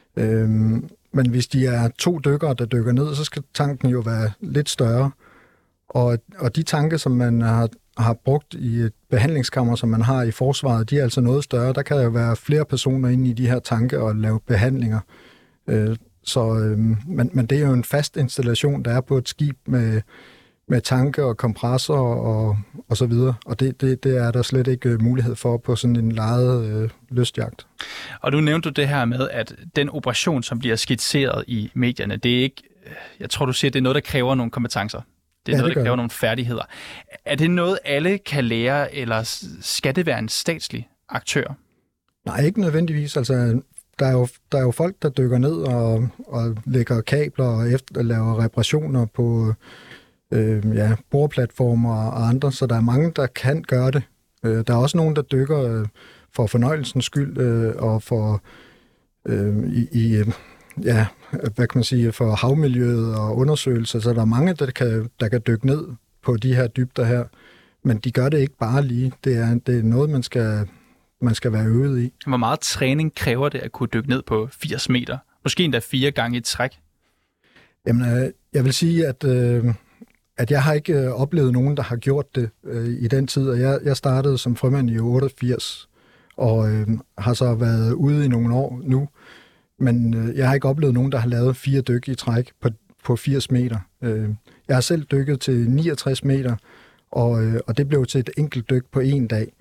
Øhm, men hvis de er to dykkere, der dykker ned, så skal tanken jo være lidt større. Og, og de tanke, som man har, har brugt i et behandlingskammer, som man har i forsvaret, de er altså noget større. Der kan jo være flere personer inde i de her tanke og lave behandlinger. Øh, så, øh, men, men det er jo en fast installation, der er på et skib med med tanke og kompressor og, og så videre. Og det, det, det er der slet ikke mulighed for på sådan en lejet øh, lystjagt. Og du nævnte det her med, at den operation, som bliver skitseret i medierne, det er ikke, jeg tror du siger, det er noget, der kræver nogle kompetencer. Det er ja, noget, det der kræver det. nogle færdigheder. Er det noget, alle kan lære, eller skal det være en statslig aktør? Nej, ikke nødvendigvis. Altså, der er jo, der er jo folk, der dykker ned og, og lægger kabler og efter, laver reparationer på Øh, ja, boreplatformer og andre, så der er mange, der kan gøre det. Øh, der er også nogen, der dykker øh, for fornøjelsens skyld øh, og for øh, i, i øh, ja, hvad kan man sige, for havmiljøet og undersøgelser, så der er mange, der kan, der kan dykke ned på de her dybder her, men de gør det ikke bare lige. Det er, det er noget, man skal, man skal være øvet i. Hvor meget træning kræver det at kunne dykke ned på firs meter? Måske endda fire gange i træk? Jamen, øh, jeg vil sige, at øh, at jeg har ikke øh, oplevet nogen, der har gjort det øh, i den tid, og jeg, jeg startede som frømand i otteogfirs, og øh, har så været ude i nogle år nu, men øh, jeg har ikke oplevet nogen, der har lavet fire dyk i træk på, på firs meter. Øh, jeg har selv dykket til niogtres meter, og, øh, og det blev til et enkelt dyk på en dag.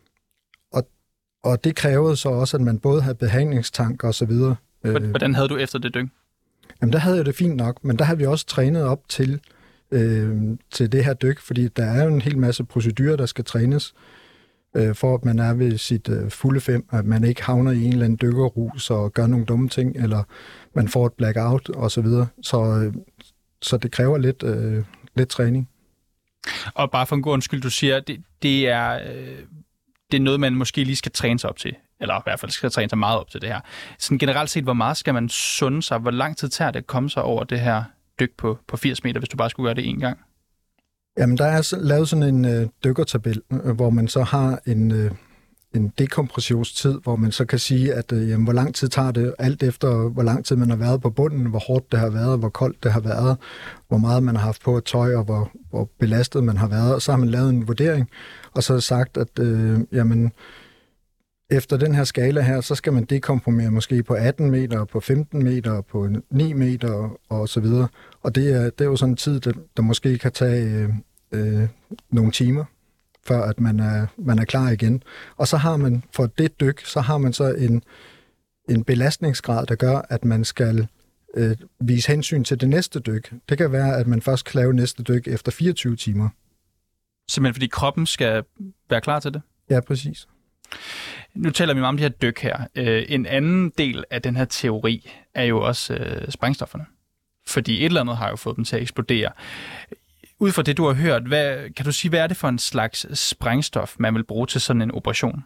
Og, og det krævede så også, at man både havde behandlingstank og så videre. Hvordan havde du efter det dyk? Jamen, der havde jeg det fint nok, men der havde vi også trænet op til Øh, til det her dyk, fordi der er jo en hel masse procedurer, der skal trænes. øh, for at man er ved sit øh, fulde fem, at man ikke havner i en eller anden dykkerrus og gør nogle dumme ting, eller man får et blackout osv. Så, videre. så, øh, så det kræver lidt, øh, lidt træning. Og bare for en god undskyld, du siger, det, det, er, øh, det er noget, man måske lige skal træne sig op til, eller i hvert fald skal træne sig meget op til det her. Sådan generelt set, hvor meget skal man sunde sig? Hvor lang tid tager det at komme sig over det her dyk på, på firs meter, hvis du bare skulle gøre det en gang? Jamen, der er lavet sådan en øh, dykkertabel, øh, hvor man så har en, øh, en dekompressionstid, hvor man så kan sige, at øh, jamen, hvor lang tid tager det, alt efter hvor lang tid man har været på bunden, hvor hårdt det har været, hvor koldt det har været, hvor meget man har haft på et tøj, og hvor, hvor belastet man har været. Og så har man lavet en vurdering, og så har sagt, at øh, jamen, efter den her skala her, så skal man dekomprimere måske på atten meter, på femten meter, på ni meter og så videre. Og det er, det er jo sådan en tid, der, der måske kan tage øh, nogle timer, før at man er, man er klar igen. Og så har man, for det dyk, så har man så en, en belastningsgrad, der gør, at man skal øh, vise hensyn til det næste dyk. Det kan være, at man først kan lave næste dyk efter fireogtyve timer. Simpelthen fordi kroppen skal være klar til det? Ja, præcis. Nu taler vi meget om de her dyk her. Øh, en anden del af den her teori er jo også øh, sprængstofferne. Fordi et eller andet har jo fået dem til at eksplodere. Ud fra det, du har hørt, hvad, kan du sige, hvad er det for en slags sprængstof, man vil bruge til sådan en operation?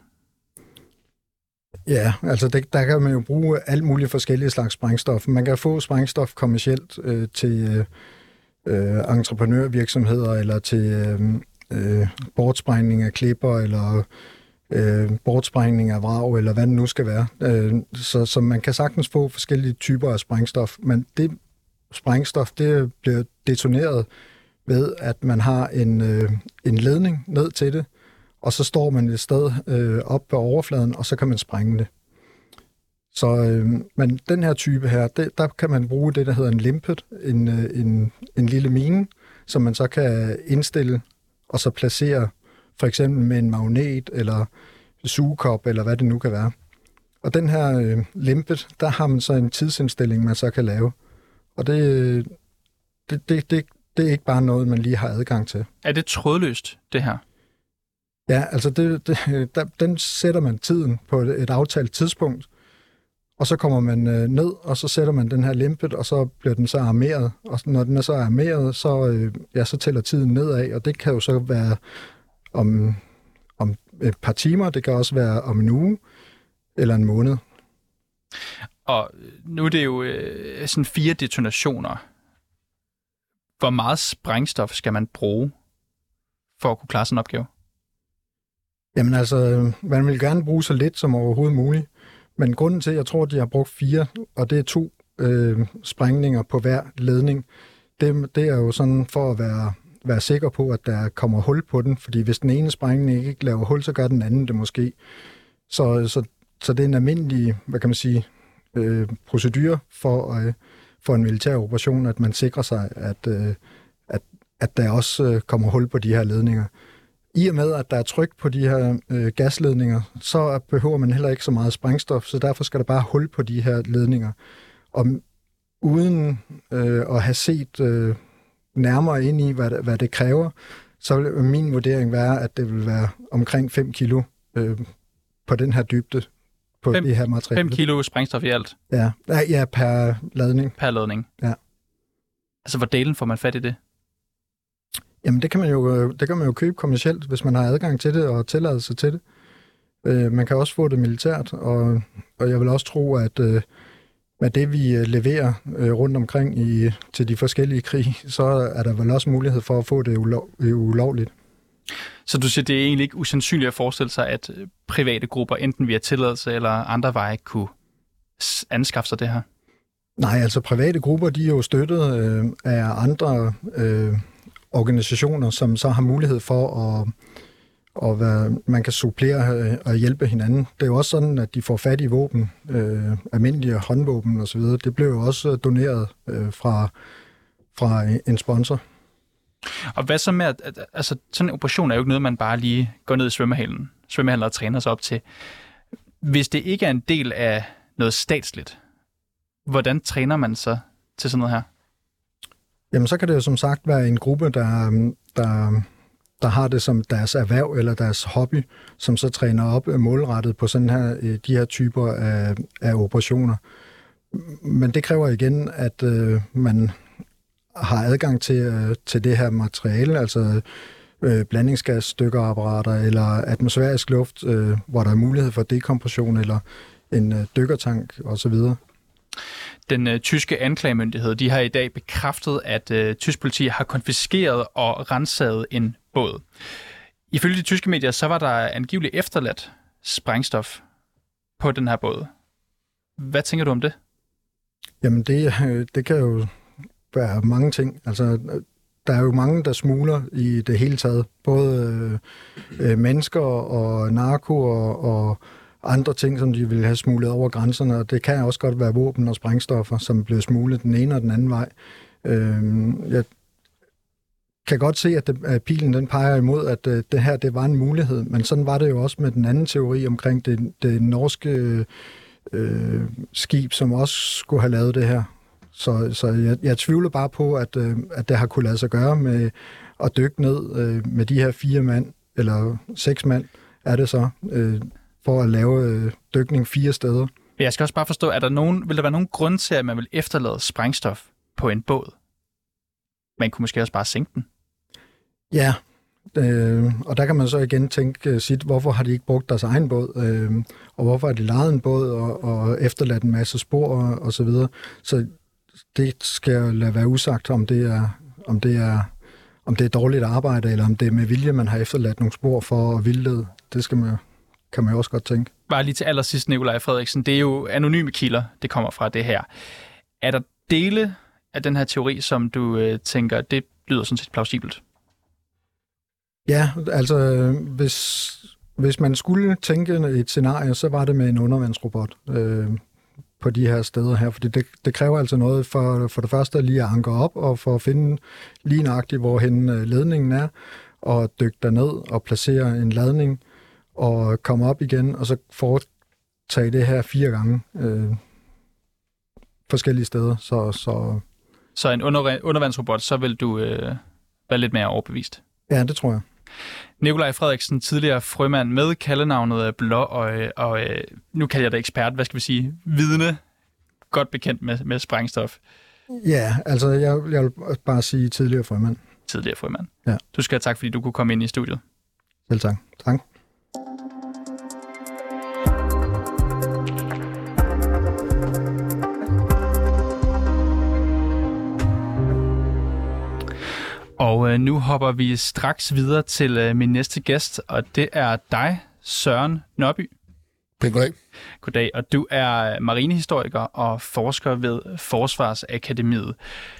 Ja, altså det, der kan man jo bruge alt muligt forskellige slags sprængstof. Man kan få sprængstof kommercielt øh, til øh, entreprenørvirksomheder, eller til øh, øh, bortsprængning af klipper, eller øh, bortsprængning af vrag, eller hvad det nu skal være. Øh, så, så man kan sagtens få forskellige typer af sprængstof, men det sprængstof, det bliver detoneret ved, at man har en, øh, en ledning ned til det, og så står man et sted øh, op på overfladen, og så kan man sprænge det. Så, øh, men den her type her, det, der kan man bruge det, der hedder en limpet, en, øh, en, en lille mine, som man så kan indstille, og så placere for eksempel med en magnet, eller sugekop, eller hvad det nu kan være. Og den her øh, limpet, der har man så en tidsindstilling, man så kan lave. Og det, det, det, det, det er ikke bare noget, man lige har adgang til. Er det trådløst, det her? Ja, altså det, det, der, den sætter man tiden på et, et aftalt tidspunkt, og så kommer man øh, ned, og så sætter man den her limpet, og så bliver den så armeret. Og når den er så armeret, så, øh, ja, så tæller tiden nedad, og det kan jo så være om, om et par timer, det kan også være om en uge eller en måned. Og nu er det jo øh, sådan fire detonationer. Hvor meget sprængstof skal man bruge for at kunne klare sådan en opgave? Jamen altså, man vil gerne bruge så lidt som overhovedet muligt. Men grunden til, at jeg tror, at de har brugt fire, og det er to øh, sprængninger på hver ledning, det, det er jo sådan for at være, være sikker på, at der kommer hul på den. Fordi hvis den ene sprængning ikke laver hul, så gør den anden det måske. Så, så, så det er en almindelig, hvad kan man sige, øh, procedure for, øh, for en militær operation, at man sikrer sig, at, øh, at, at der også øh, kommer hul på de her ledninger. I og med, at der er tryk på de her øh, gasledninger, så behøver man heller ikke så meget sprængstof, så derfor skal der bare hul på de her ledninger. Og uden øh, at have set øh, nærmere ind i, hvad det, hvad det kræver, så vil min vurdering være, at det vil være omkring fem kilo øh, på den her dybde på fem, det her materiale. fem kilo sprængstof i alt? Ja, ja, per ladning. Per ladning? Ja. Altså, hvor delen får man fat i det? Jamen, det kan man jo, det kan man jo købe kommercielt, hvis man har adgang til det og tilladelse til det. Øh, man kan også få det militært, og, og jeg vil også tro, at øh, med det, vi leverer øh, rundt omkring i, til de forskellige krig, så er der vel også mulighed for at få det ulov, ulovligt. Så du siger, det er egentlig ikke usandsynligt at forestille sig, at private grupper, enten via tilladelse eller andre veje, kunne anskaffe sig det her? Nej, altså private grupper, de er jo støttet øh, af andre øh, organisationer, som så har mulighed for at, at være, man kan supplere og hjælpe hinanden. Det er jo også sådan, at de får fat i våben, øh, almindelige håndvåben osv. Det blev jo også doneret øh, fra, fra en sponsor. Og hvad så med, at, at altså, sådan en operation er jo ikke noget, man bare lige går ned i svømmehallen, svømmehallen og træner sig op til. Hvis det ikke er en del af noget statsligt, hvordan træner man så til sådan noget her? Jamen, så kan det jo som sagt være en gruppe, der, der der har det som deres erhverv eller deres hobby, som så træner op målrettet på sådan her, de her typer af, af operationer. Men det kræver igen, at øh, man har adgang til, øh, til det her materiale, altså øh, blandingsgas, stykkeapparater eller atmosfærisk luft, øh, hvor der er mulighed for dekompression eller en øh, dykkertank osv. Den øh, tyske anklagemyndighed, de har i dag bekræftet, at øh, tysk politi har konfiskeret og renset en båd. Ifølge de tyske medier, så var der angiveligt efterladt sprængstof på den her båd. Hvad tænker du om det? Jamen, det, det kan jo være mange ting. Altså, der er jo mange, der smugler i det hele taget. Både øh, mennesker og narko og, og andre ting, som de vil have smuglet over grænserne. Og det kan også godt være våben og sprængstoffer, som bliver smuglet den ene og den anden vej. Øh, jeg kan godt se, at, det, at pilen den peger imod, at øh, det her det var en mulighed. Men sådan var det jo også med den anden teori omkring det, det norske øh, skib, som også skulle have lavet det her. Så, så jeg, jeg tvivler bare på, at, øh, at det har kunne lade sig gøre med at dykke ned øh, med de her fire mand, eller seks mand, er det så, øh, for at lave øh, dykning fire steder. Jeg skal også bare forstå, er der nogen, vil der være nogen grund til, at man vil efterlade sprængstof på en båd? Man kunne måske også bare sænke den. Ja, øh, og der kan man så igen tænke sit, hvorfor har de ikke brugt deres egen båd, øh, og hvorfor har de lejet en båd og, og efterladt en masse spor og, og så videre. Så det skal jeg lade være usagt, om det er, om det er, om det er dårligt arbejde, eller om det er med vilje, man har efterladt nogle spor for at vildlede. Det skal man, kan man jo også godt tænke. Bare lige til allersidst, Nikolaj Frederiksen, det er jo anonyme kilder, det kommer fra det her. Er der dele af den her teori, som du øh, tænker, det lyder sådan set plausibelt? Ja, altså hvis, hvis man skulle tænke et scenarie, så var det med en undervandsrobot øh, på de her steder her, fordi det, det kræver altså noget for, for det første lige at anke op og for at finde lige nøjagtigt, hvorhen ledningen er, og dykke derned og placere en ladning og komme op igen, og så foretage det her fire gange øh, forskellige steder. Så, så... så en under, undervandsrobot, så vil du øh, være lidt mere overbevist? Ja, det tror jeg. Nikolaj Frederiksen, tidligere frømand med kaldenavnet Blå, og, og nu kalder jeg dig ekspert, hvad skal vi sige, vidne, godt bekendt med, med sprængstof. Ja, altså jeg, jeg vil bare sige tidligere frømand. Tidligere frømand. Ja. Du skal have tak, fordi du kunne komme ind i studiet. Selv tak. Tak. Og øh, nu hopper vi straks videre til øh, min næste gæst, og det er dig, Søren Nørby. Goddag. Goddag, og du er marinehistoriker og forsker ved Forsvarsakademiet.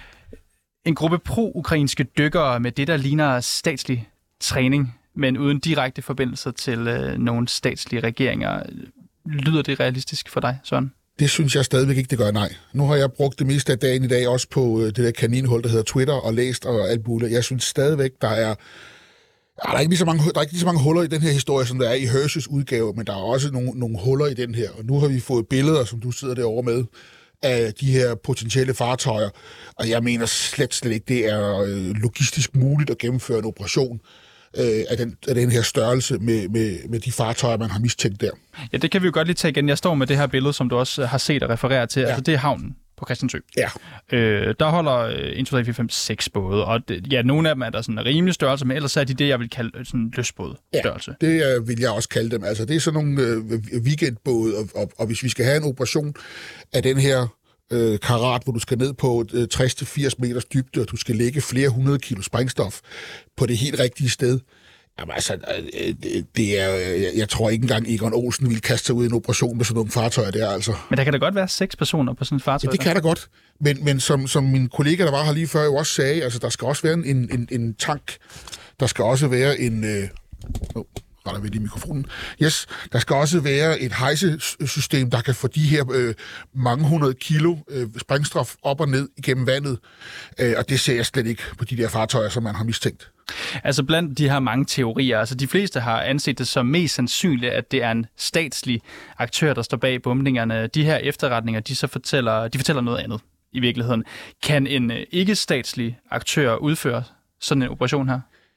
En gruppe pro-ukrainske dykkere med det, der ligner statslig træning, men uden direkte forbindelser til øh, nogle statslige regeringer. Lyder det realistisk for dig, Søren? Det synes jeg stadigvæk ikke, det gør, nej. Nu har jeg brugt det meste af dagen i dag også på det der kaninhul, der hedder Twitter, og læst og alt muligt. Jeg synes stadigvæk, der er... Ja, der, er ikke lige så mange, der er ikke lige så mange huller i den her historie, som der er i Hershey's udgave, men der er også nogle, nogle huller i den her. Og nu har vi fået billeder, som du sidder derovre med, af de her potentielle fartøjer. Og jeg mener slet, slet ikke, det er logistisk muligt at gennemføre en operation af den, af den her størrelse med, med, med de fartøjer, man har mistænkt der. Ja, det kan vi jo godt lige tage igen. Jeg står med det her billede, som du også har set og refereret til. Ja. Altså, det er havnen på Christiansø. Ja. Øh, der holder en, to, tre, fire, fem, seks både, og det, ja, nogle af dem er der sådan en rimelig størrelse, men ellers er de det, jeg vil kalde sådan løsbåd-størrelse. Ja, det uh, vil jeg også kalde dem. Altså, det er sådan nogle uh, weekendbåde, og, og, og hvis vi skal have en operation af den her øh, karat, hvor du skal ned på øh, tres til firs meters dybde, og du skal lægge flere hundrede kilo sprængstof på det helt rigtige sted. Jamen altså, øh, det er, jeg tror ikke engang Egon Olsen ville kaste sig ud i en operation med sådan nogle fartøjer der, altså. Men der kan da godt være seks personer på sådan et fartøj? Ja, det kan der godt. Men, men som, som min kollega, der var her lige før, jo også sagde, altså, der skal også være en, en, en tank. Der skal også være en... Øh, oh. retter vi lige mikrofonen. Yes, der skal også være et hejsesystem, der kan få de her øh, mange hundrede kilo øh, sprængstof op og ned igennem vandet, øh, og det ser jeg slet ikke på de der fartøjer, som man har mistænkt. Altså blandt de her mange teorier, altså de fleste har anset det som mest sandsynligt, at det er en statslig aktør, der står bag bombningerne. De her efterretninger, de så fortæller, de fortæller noget andet i virkeligheden. Kan en ikke-statslig aktør udføre sådan en operation her?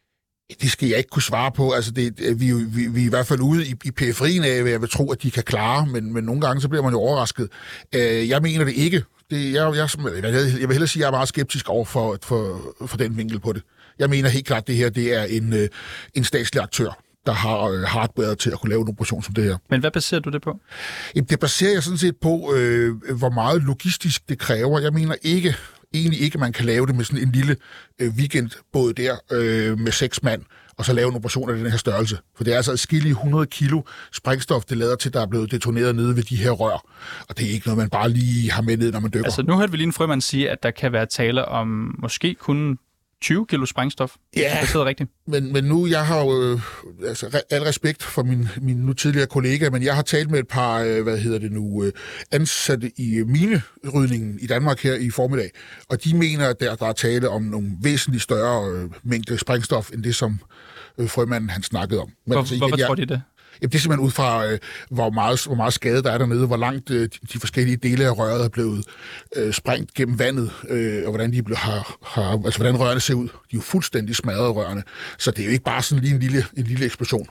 Det skal jeg ikke kunne svare på. Altså, det, vi, vi, vi er i hvert fald ude i, i periferien af, hvad jeg vil tro, at de kan klare, men, men nogle gange så bliver man jo overrasket. Øh, jeg mener det ikke. Det, jeg, jeg, jeg vil hellere sige, at jeg er meget skeptisk over for, for, for den vinkel på det. Jeg mener helt klart, at det her det er en, en statslig aktør, der har hardware til at kunne lave en operation som det her. Men hvad baserer du det på? Jamen, det baserer jeg sådan set på, øh, hvor meget logistisk det kræver. Jeg mener ikke, egentlig ikke, at man kan lave det med sådan en lille øh, weekendbåd der øh, med seks mand, og så lave en operation af den her størrelse. For det er altså adskillige hundrede kilo sprængstof, det lader til, der er blevet detoneret nede ved de her rør. Og det er ikke noget, man bare lige har med ned, når man dykker. Altså, nu hørte vi lige en frømand sige, at der kan være tale om måske kun tyve kilo sprængstof. Ja, det sidder rigtigt. Men, men nu, jeg har jo øh, altså, al respekt for min, min nu tidligere kollega, men jeg har talt med et par, øh, hvad hedder det nu, øh, ansatte i minerydningen i Danmark her i formiddag, og de mener, at der, der er tale om nogle væsentligt større øh, mængde sprængstof, end det, som øh, frømanden han snakkede om. Men, Hvor, altså, igen, hvorfor jeg, tror de det? Jamen, det er simpelthen ud fra, øh, hvor, meget, hvor meget skade der er dernede, hvor langt øh, de, de forskellige dele af røret er blevet øh, sprængt gennem vandet, øh, og hvordan de blevet, har, har, altså hvordan rørene ser ud. De er jo fuldstændig smadret rørene, så det er jo ikke bare sådan lige en lille, en lille eksplosion.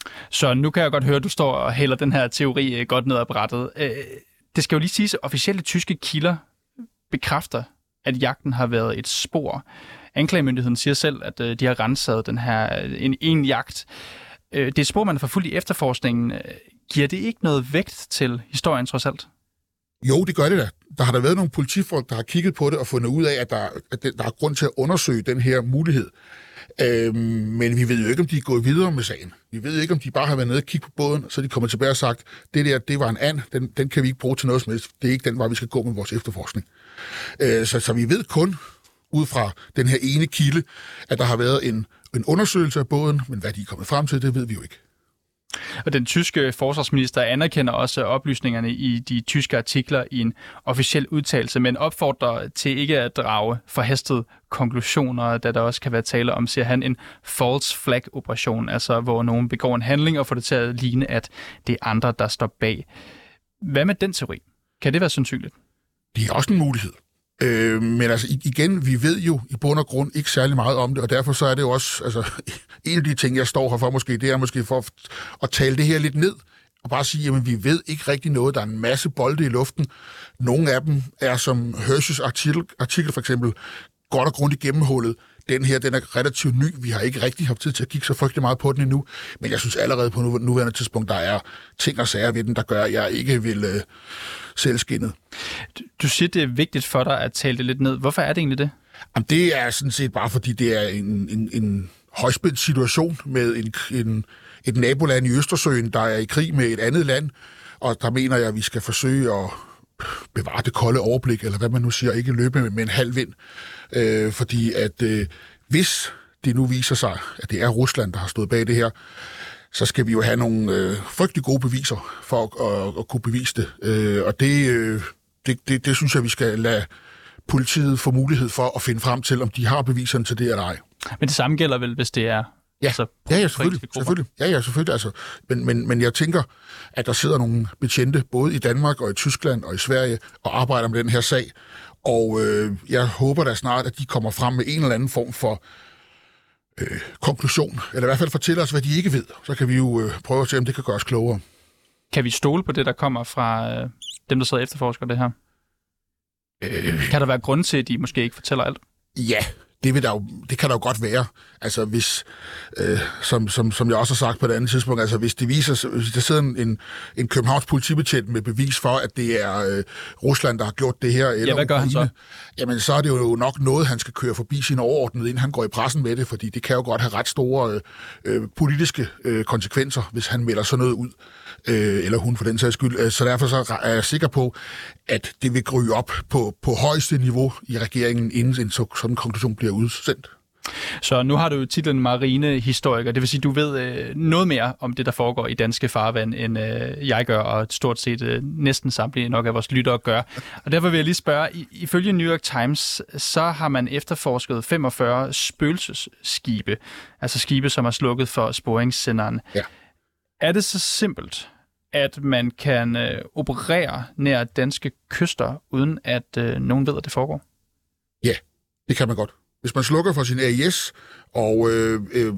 Så nu kan jeg godt høre, at du står og hælder den her teori øh, godt ned ad brættet. Øh, det skal jo lige siges, at officielle tyske kilder bekræfter, at jagten har været et spor. Anklagemyndigheden siger selv, at øh, de har renset den her en, en jagt. Det er spor, man har forfulgt i efterforskningen. Giver det ikke noget vægt til historien trods alt? Jo, det gør det da. Der har der været nogle politifolk, der har kigget på det og fundet ud af, at der, at der er grund til at undersøge den her mulighed. Øhm, men vi ved jo ikke, om de er gået videre med sagen. Vi ved ikke, om de bare har været nede og kigget på båden, så de kommer tilbage og sagt, det der, det var en and, den, den kan vi ikke bruge til noget som helst. Det er ikke den vej, vi skal gå med vores efterforskning. Øh, så, så vi ved kun, ud fra den her ene kilde, at der har været en en undersøgelse af båden, men hvad de er kommet frem til, det ved vi jo ikke. Og den tyske forsvarsminister anerkender også oplysningerne i de tyske artikler i en officiel udtalelse, men opfordrer til ikke at drage forhastede konklusioner, da der også kan være tale om, siger han, en false flag-operation, altså hvor nogen begår en handling og får det til at ligne, at det er andre, der står bag. Hvad med den teori? Kan det være sandsynligt? Det er også en mulighed. Øh, men altså igen, vi ved jo i bund og grund ikke særlig meget om det, og derfor så er det jo også, altså en af de ting, jeg står her for måske, det er måske for at tale det her lidt ned, og bare sige, jamen vi ved ikke rigtig noget, der er en masse bolde i luften. Nogle af dem er som Hershey's artikel, artikel for eksempel, godt og grundigt gennemhullet. Den her, den er relativt ny. Vi har ikke rigtig haft tid til at kigge så frygtelig meget på den endnu. Men jeg synes allerede på nuværende tidspunkt, der er ting og sager ved den, der gør, at jeg ikke vil øh, sælge skindet. Du, du siger, det er vigtigt for dig at tale det lidt ned. Hvorfor er det egentlig det? Jamen, det er sådan set bare, fordi det er en, en, en højspændt situation med en, en, et naboland i Østersøen, der er i krig med et andet land. Og der mener jeg, at vi skal forsøge at bevare det kolde overblik, eller hvad man nu siger, ikke løbe med, med en halv vind. Øh, fordi at øh, hvis det nu viser sig, at det er Rusland, der har stået bag det her, så skal vi jo have nogle øh, frygtelig gode beviser for at, at, at kunne bevise det. Øh, og det, øh, det, det, det synes jeg, vi skal lade politiet få mulighed for at finde frem til, om de har beviserne til det eller ej. Men det samme gælder vel, hvis det er... Ja, altså, ja, ja, selvfølgelig. selvfølgelig. Ja, ja, selvfølgelig. Altså, men, men, men jeg tænker, at der sidder nogle betjente, både i Danmark og i Tyskland og i Sverige, og arbejder med den her sag. Og øh, jeg håber da snart, at de kommer frem med en eller anden form for øh, konklusion, eller i hvert fald fortæller os, hvad de ikke ved. Så kan vi jo øh, prøve at se, om det kan gøre os klogere. Kan vi stole på det, der kommer fra øh, dem, der sidder og efterforsker det her? Øh... Kan der være grund til, at de måske ikke fortæller alt? Ja, det, vil der jo, det kan der jo godt være. Altså hvis, øh, som, som, som jeg også har sagt på et andet tidspunkt, altså hvis det viser, hvis der sidder en, en Københavns politibetjent med bevis for, at det er øh, Rusland, der har gjort det her, eller ja, hvad gør Ukraine, han så? Jamen så er det jo nok noget, han skal køre forbi sine overordnede, inden han går i pressen med det, fordi det kan jo godt have ret store øh, politiske øh, konsekvenser, hvis han melder sådan noget ud, øh, eller hun for den sags skyld. Så derfor så er jeg sikker på, at det vil gryde op på, på højeste niveau i regeringen, inden en så, sådan en konklusion bliver udsendt. Så nu har du jo titlen marinehistoriker, det vil sige, du ved øh, noget mere om det, der foregår i danske farvand, end øh, jeg gør, og stort set øh, næsten samtlige nok af vores lyttere gør. Og derfor vil jeg lige spørge, i, ifølge New York Times, så har man efterforsket femogfyrre spøgelsesskibe, altså skibe, som er slukket for sporingssenderen. Ja. Er det så simpelt, at man kan øh, operere nær danske kyster, uden at øh, nogen ved, at det foregår? Ja, det kan man godt. Hvis man slukker for sin A I S og øh, øh,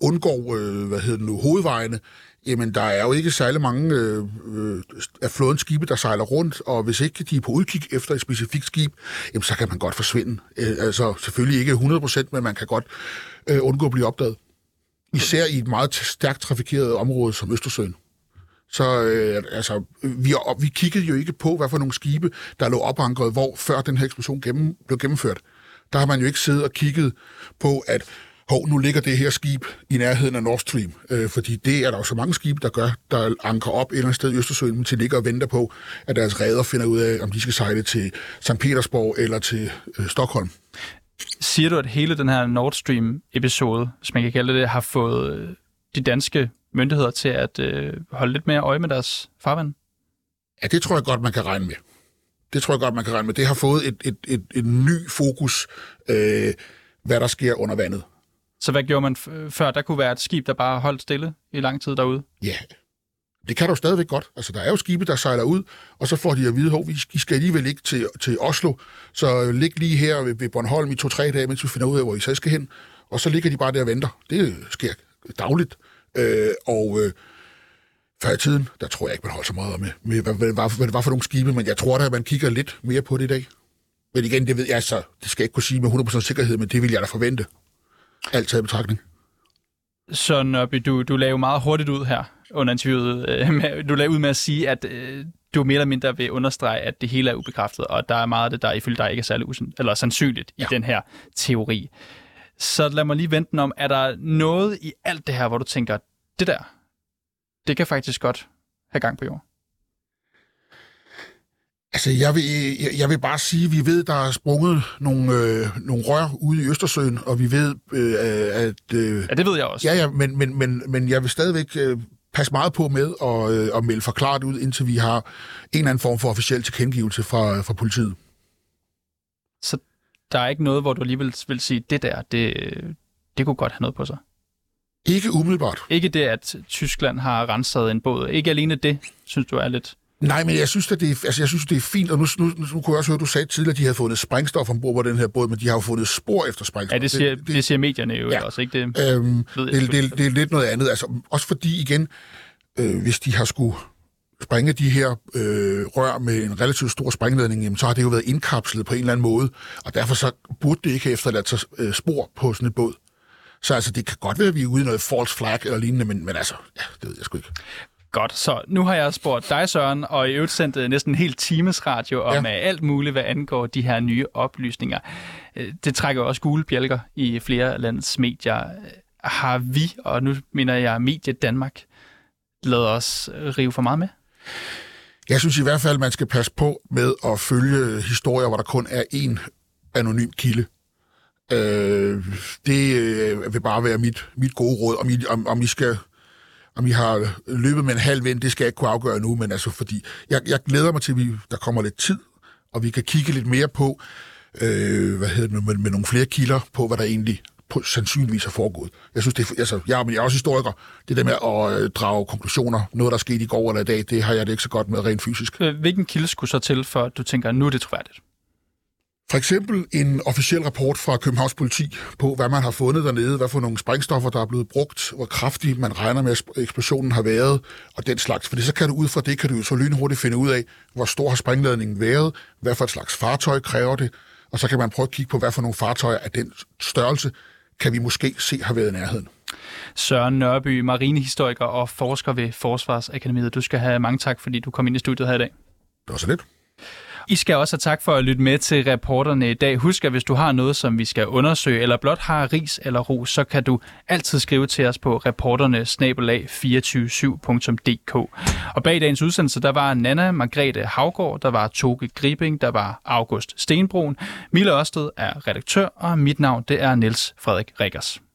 undgår øh, hvad hedder det nu, hovedvejene, jamen der er jo ikke særlig mange øh, øh, af flådens skibe, der sejler rundt, og hvis ikke de er på udkig efter et specifikt skib, jamen så kan man godt forsvinde. Øh, altså selvfølgelig ikke hundrede procent, men man kan godt øh, undgå at blive opdaget. Især i et meget stærkt trafikeret område som Østersøen. Så øh, altså, vi, vi kiggede jo ikke på, hvad for nogle skibe, der lå opankret, hvor før den her eksplosion gennem, blev gennemført. Der har man jo ikke siddet og kigget på, at hov, nu ligger det her skib i nærheden af Nord Stream, øh, fordi det er der jo så mange skibe, der gør, der anker op et eller andet sted i Østersøen, til ligger og venter på, at deres reder finder ud af, om de skal sejle til Sankt Petersborg eller til øh, Stockholm. Siger du, at hele den her Nord Stream-episode, hvis man kan kalde det, har fået de danske myndigheder til at øh, holde lidt mere øje med deres farvand? Ja, det tror jeg godt, man kan regne med. Det tror jeg godt, man kan regne med. Det har fået et, et, et, et ny fokus, øh, hvad der sker under vandet. Så hvad gjorde man f- før? Der kunne være et skib, der bare holdt stille i lang tid derude? Ja, det kan du stadigvæk godt. Altså, der er jo skibe, der sejler ud, og så får de at vide, at vi skal alligevel ikke til, til Oslo, så lig lige her ved, ved Bornholm i to-tre dage, mens vi finder ud af, hvor I så skal hen. Og så ligger de bare der og venter. Det sker dagligt. Øh, og øh, før i tiden, der tror jeg ikke, man holder så meget med, med hvad, hvad, hvad, hvad det var for nogle skibe, men jeg tror da, at man kigger lidt mere på det i dag. Men igen, det ved jeg så, det skal jeg ikke kunne sige med hundrede procent sikkerhed, men det vil jeg da forvente. Alt taget i betragtning. Så Nørby, du, du lagde jo meget hurtigt ud her under interviewet. Øh, med, du lagde ud med at sige, at øh, du mere eller mindre vil understrege, at det hele er ubekræftet, og der er meget af det, der ifølge dig ikke er særlig usen, eller sandsynligt ja. i den her teori. Så lad mig lige vente den om, er der noget i alt det her, hvor du tænker, det der, det kan faktisk godt have gang på jorden? Altså, jeg vil, jeg, jeg vil bare sige, at vi ved, der er sprunget nogle, øh, nogle rør ude i Østersøen, og vi ved, øh, at... Øh, ja, det ved jeg også. Ja, ja, men, men, men, men jeg vil stadigvæk øh, passe meget på med at, øh, at melde for klart ud, indtil vi har en eller anden form for officiel tilkendegivelse fra, fra politiet. Så der er ikke noget, hvor du alligevel vil sige, det der, det, det kunne godt have noget på sig? Ikke umiddelbart. Ikke det, at Tyskland har renset en båd. Ikke alene det, synes du er lidt... Nej, men jeg synes, at det er, altså, jeg synes, det er fint, og nu, nu, nu kunne jeg også høre, at du sagde tidligere, at de havde fundet sprængstof ombord på den her båd, men de har jo fundet spor efter sprængstof. Ja, det siger, det, det, det siger medierne jo ja. også, ikke? Det, øhm, det, det, det, det er lidt noget andet. Altså, også fordi, igen, øh, hvis de har skulle sprænge de her øh, rør med en relativt stor sprængladning, jamen, så har det jo været indkapslet på en eller anden måde, og derfor så burde det ikke have efterladt sig øh, spor på sådan et båd. Så altså, det kan godt være, at vi er ude i noget false flag eller lignende, men, men altså, ja, det ved jeg sgu ikke. Godt, så nu har jeg spurgt dig, Søren, og i øvrigt sendt næsten en hel times radio om ja. alt muligt, hvad angår de her nye oplysninger. Det trækker også gule bjælker i flere landets medier. Har vi, og nu mener jeg Medie Danmark, lavet os rive for meget med? Jeg synes i hvert fald, man skal passe på med at følge historier, hvor der kun er én anonym kilde. Øh, det øh, vil bare være mit, mit gode råd, om I, om, om I skal... Om I har løbet med en halv vind, det skal jeg ikke kunne afgøre nu, men altså fordi, jeg, jeg glæder mig til, at vi, der kommer lidt tid, og vi kan kigge lidt mere på, øh, hvad hedder det, med, med nogle flere kilder på, hvad der egentlig på, sandsynligvis er foregået. Jeg synes, det er, altså, jeg, men jeg er også historiker. Det der med at øh, drage konklusioner, noget der er sket i går eller i dag, det har jeg det ikke så godt med rent fysisk. Hvilken kilde skulle så til, for at du tænker, nu er det troværdigt? For eksempel en officiel rapport fra Københavns Politi på, hvad man har fundet dernede, hvad for nogle sprængstoffer, der er blevet brugt, hvor kraftig man regner med, at eksplosionen har været, og den slags. For så kan du ud fra det, kan du jo så lynhurtigt finde ud af, hvor stor har sprængladningen været, hvad for et slags fartøj kræver det, og så kan man prøve at kigge på, hvad for nogle fartøjer af den størrelse, kan vi måske se har været i nærheden. Søren Nørby, marinehistoriker og forsker ved Forsvarsakademiet. Du skal have mange tak, fordi du kom ind i studiet her i dag. Det var så lidt. I skal også have tak for at lytte med til reporterne i dag. Husk, at hvis du har noget, som vi skal undersøge, eller blot har ris eller ros, så kan du altid skrive til os på reporterne bindestreg to syv punktum d k. Og bag dagens udsendelse, der var Nanna Margrethe Haugaard, der var Toge Gribing, der var August Stenbroen. Mille Ørsted er redaktør, og mit navn det er Niels Frederik Rikkers.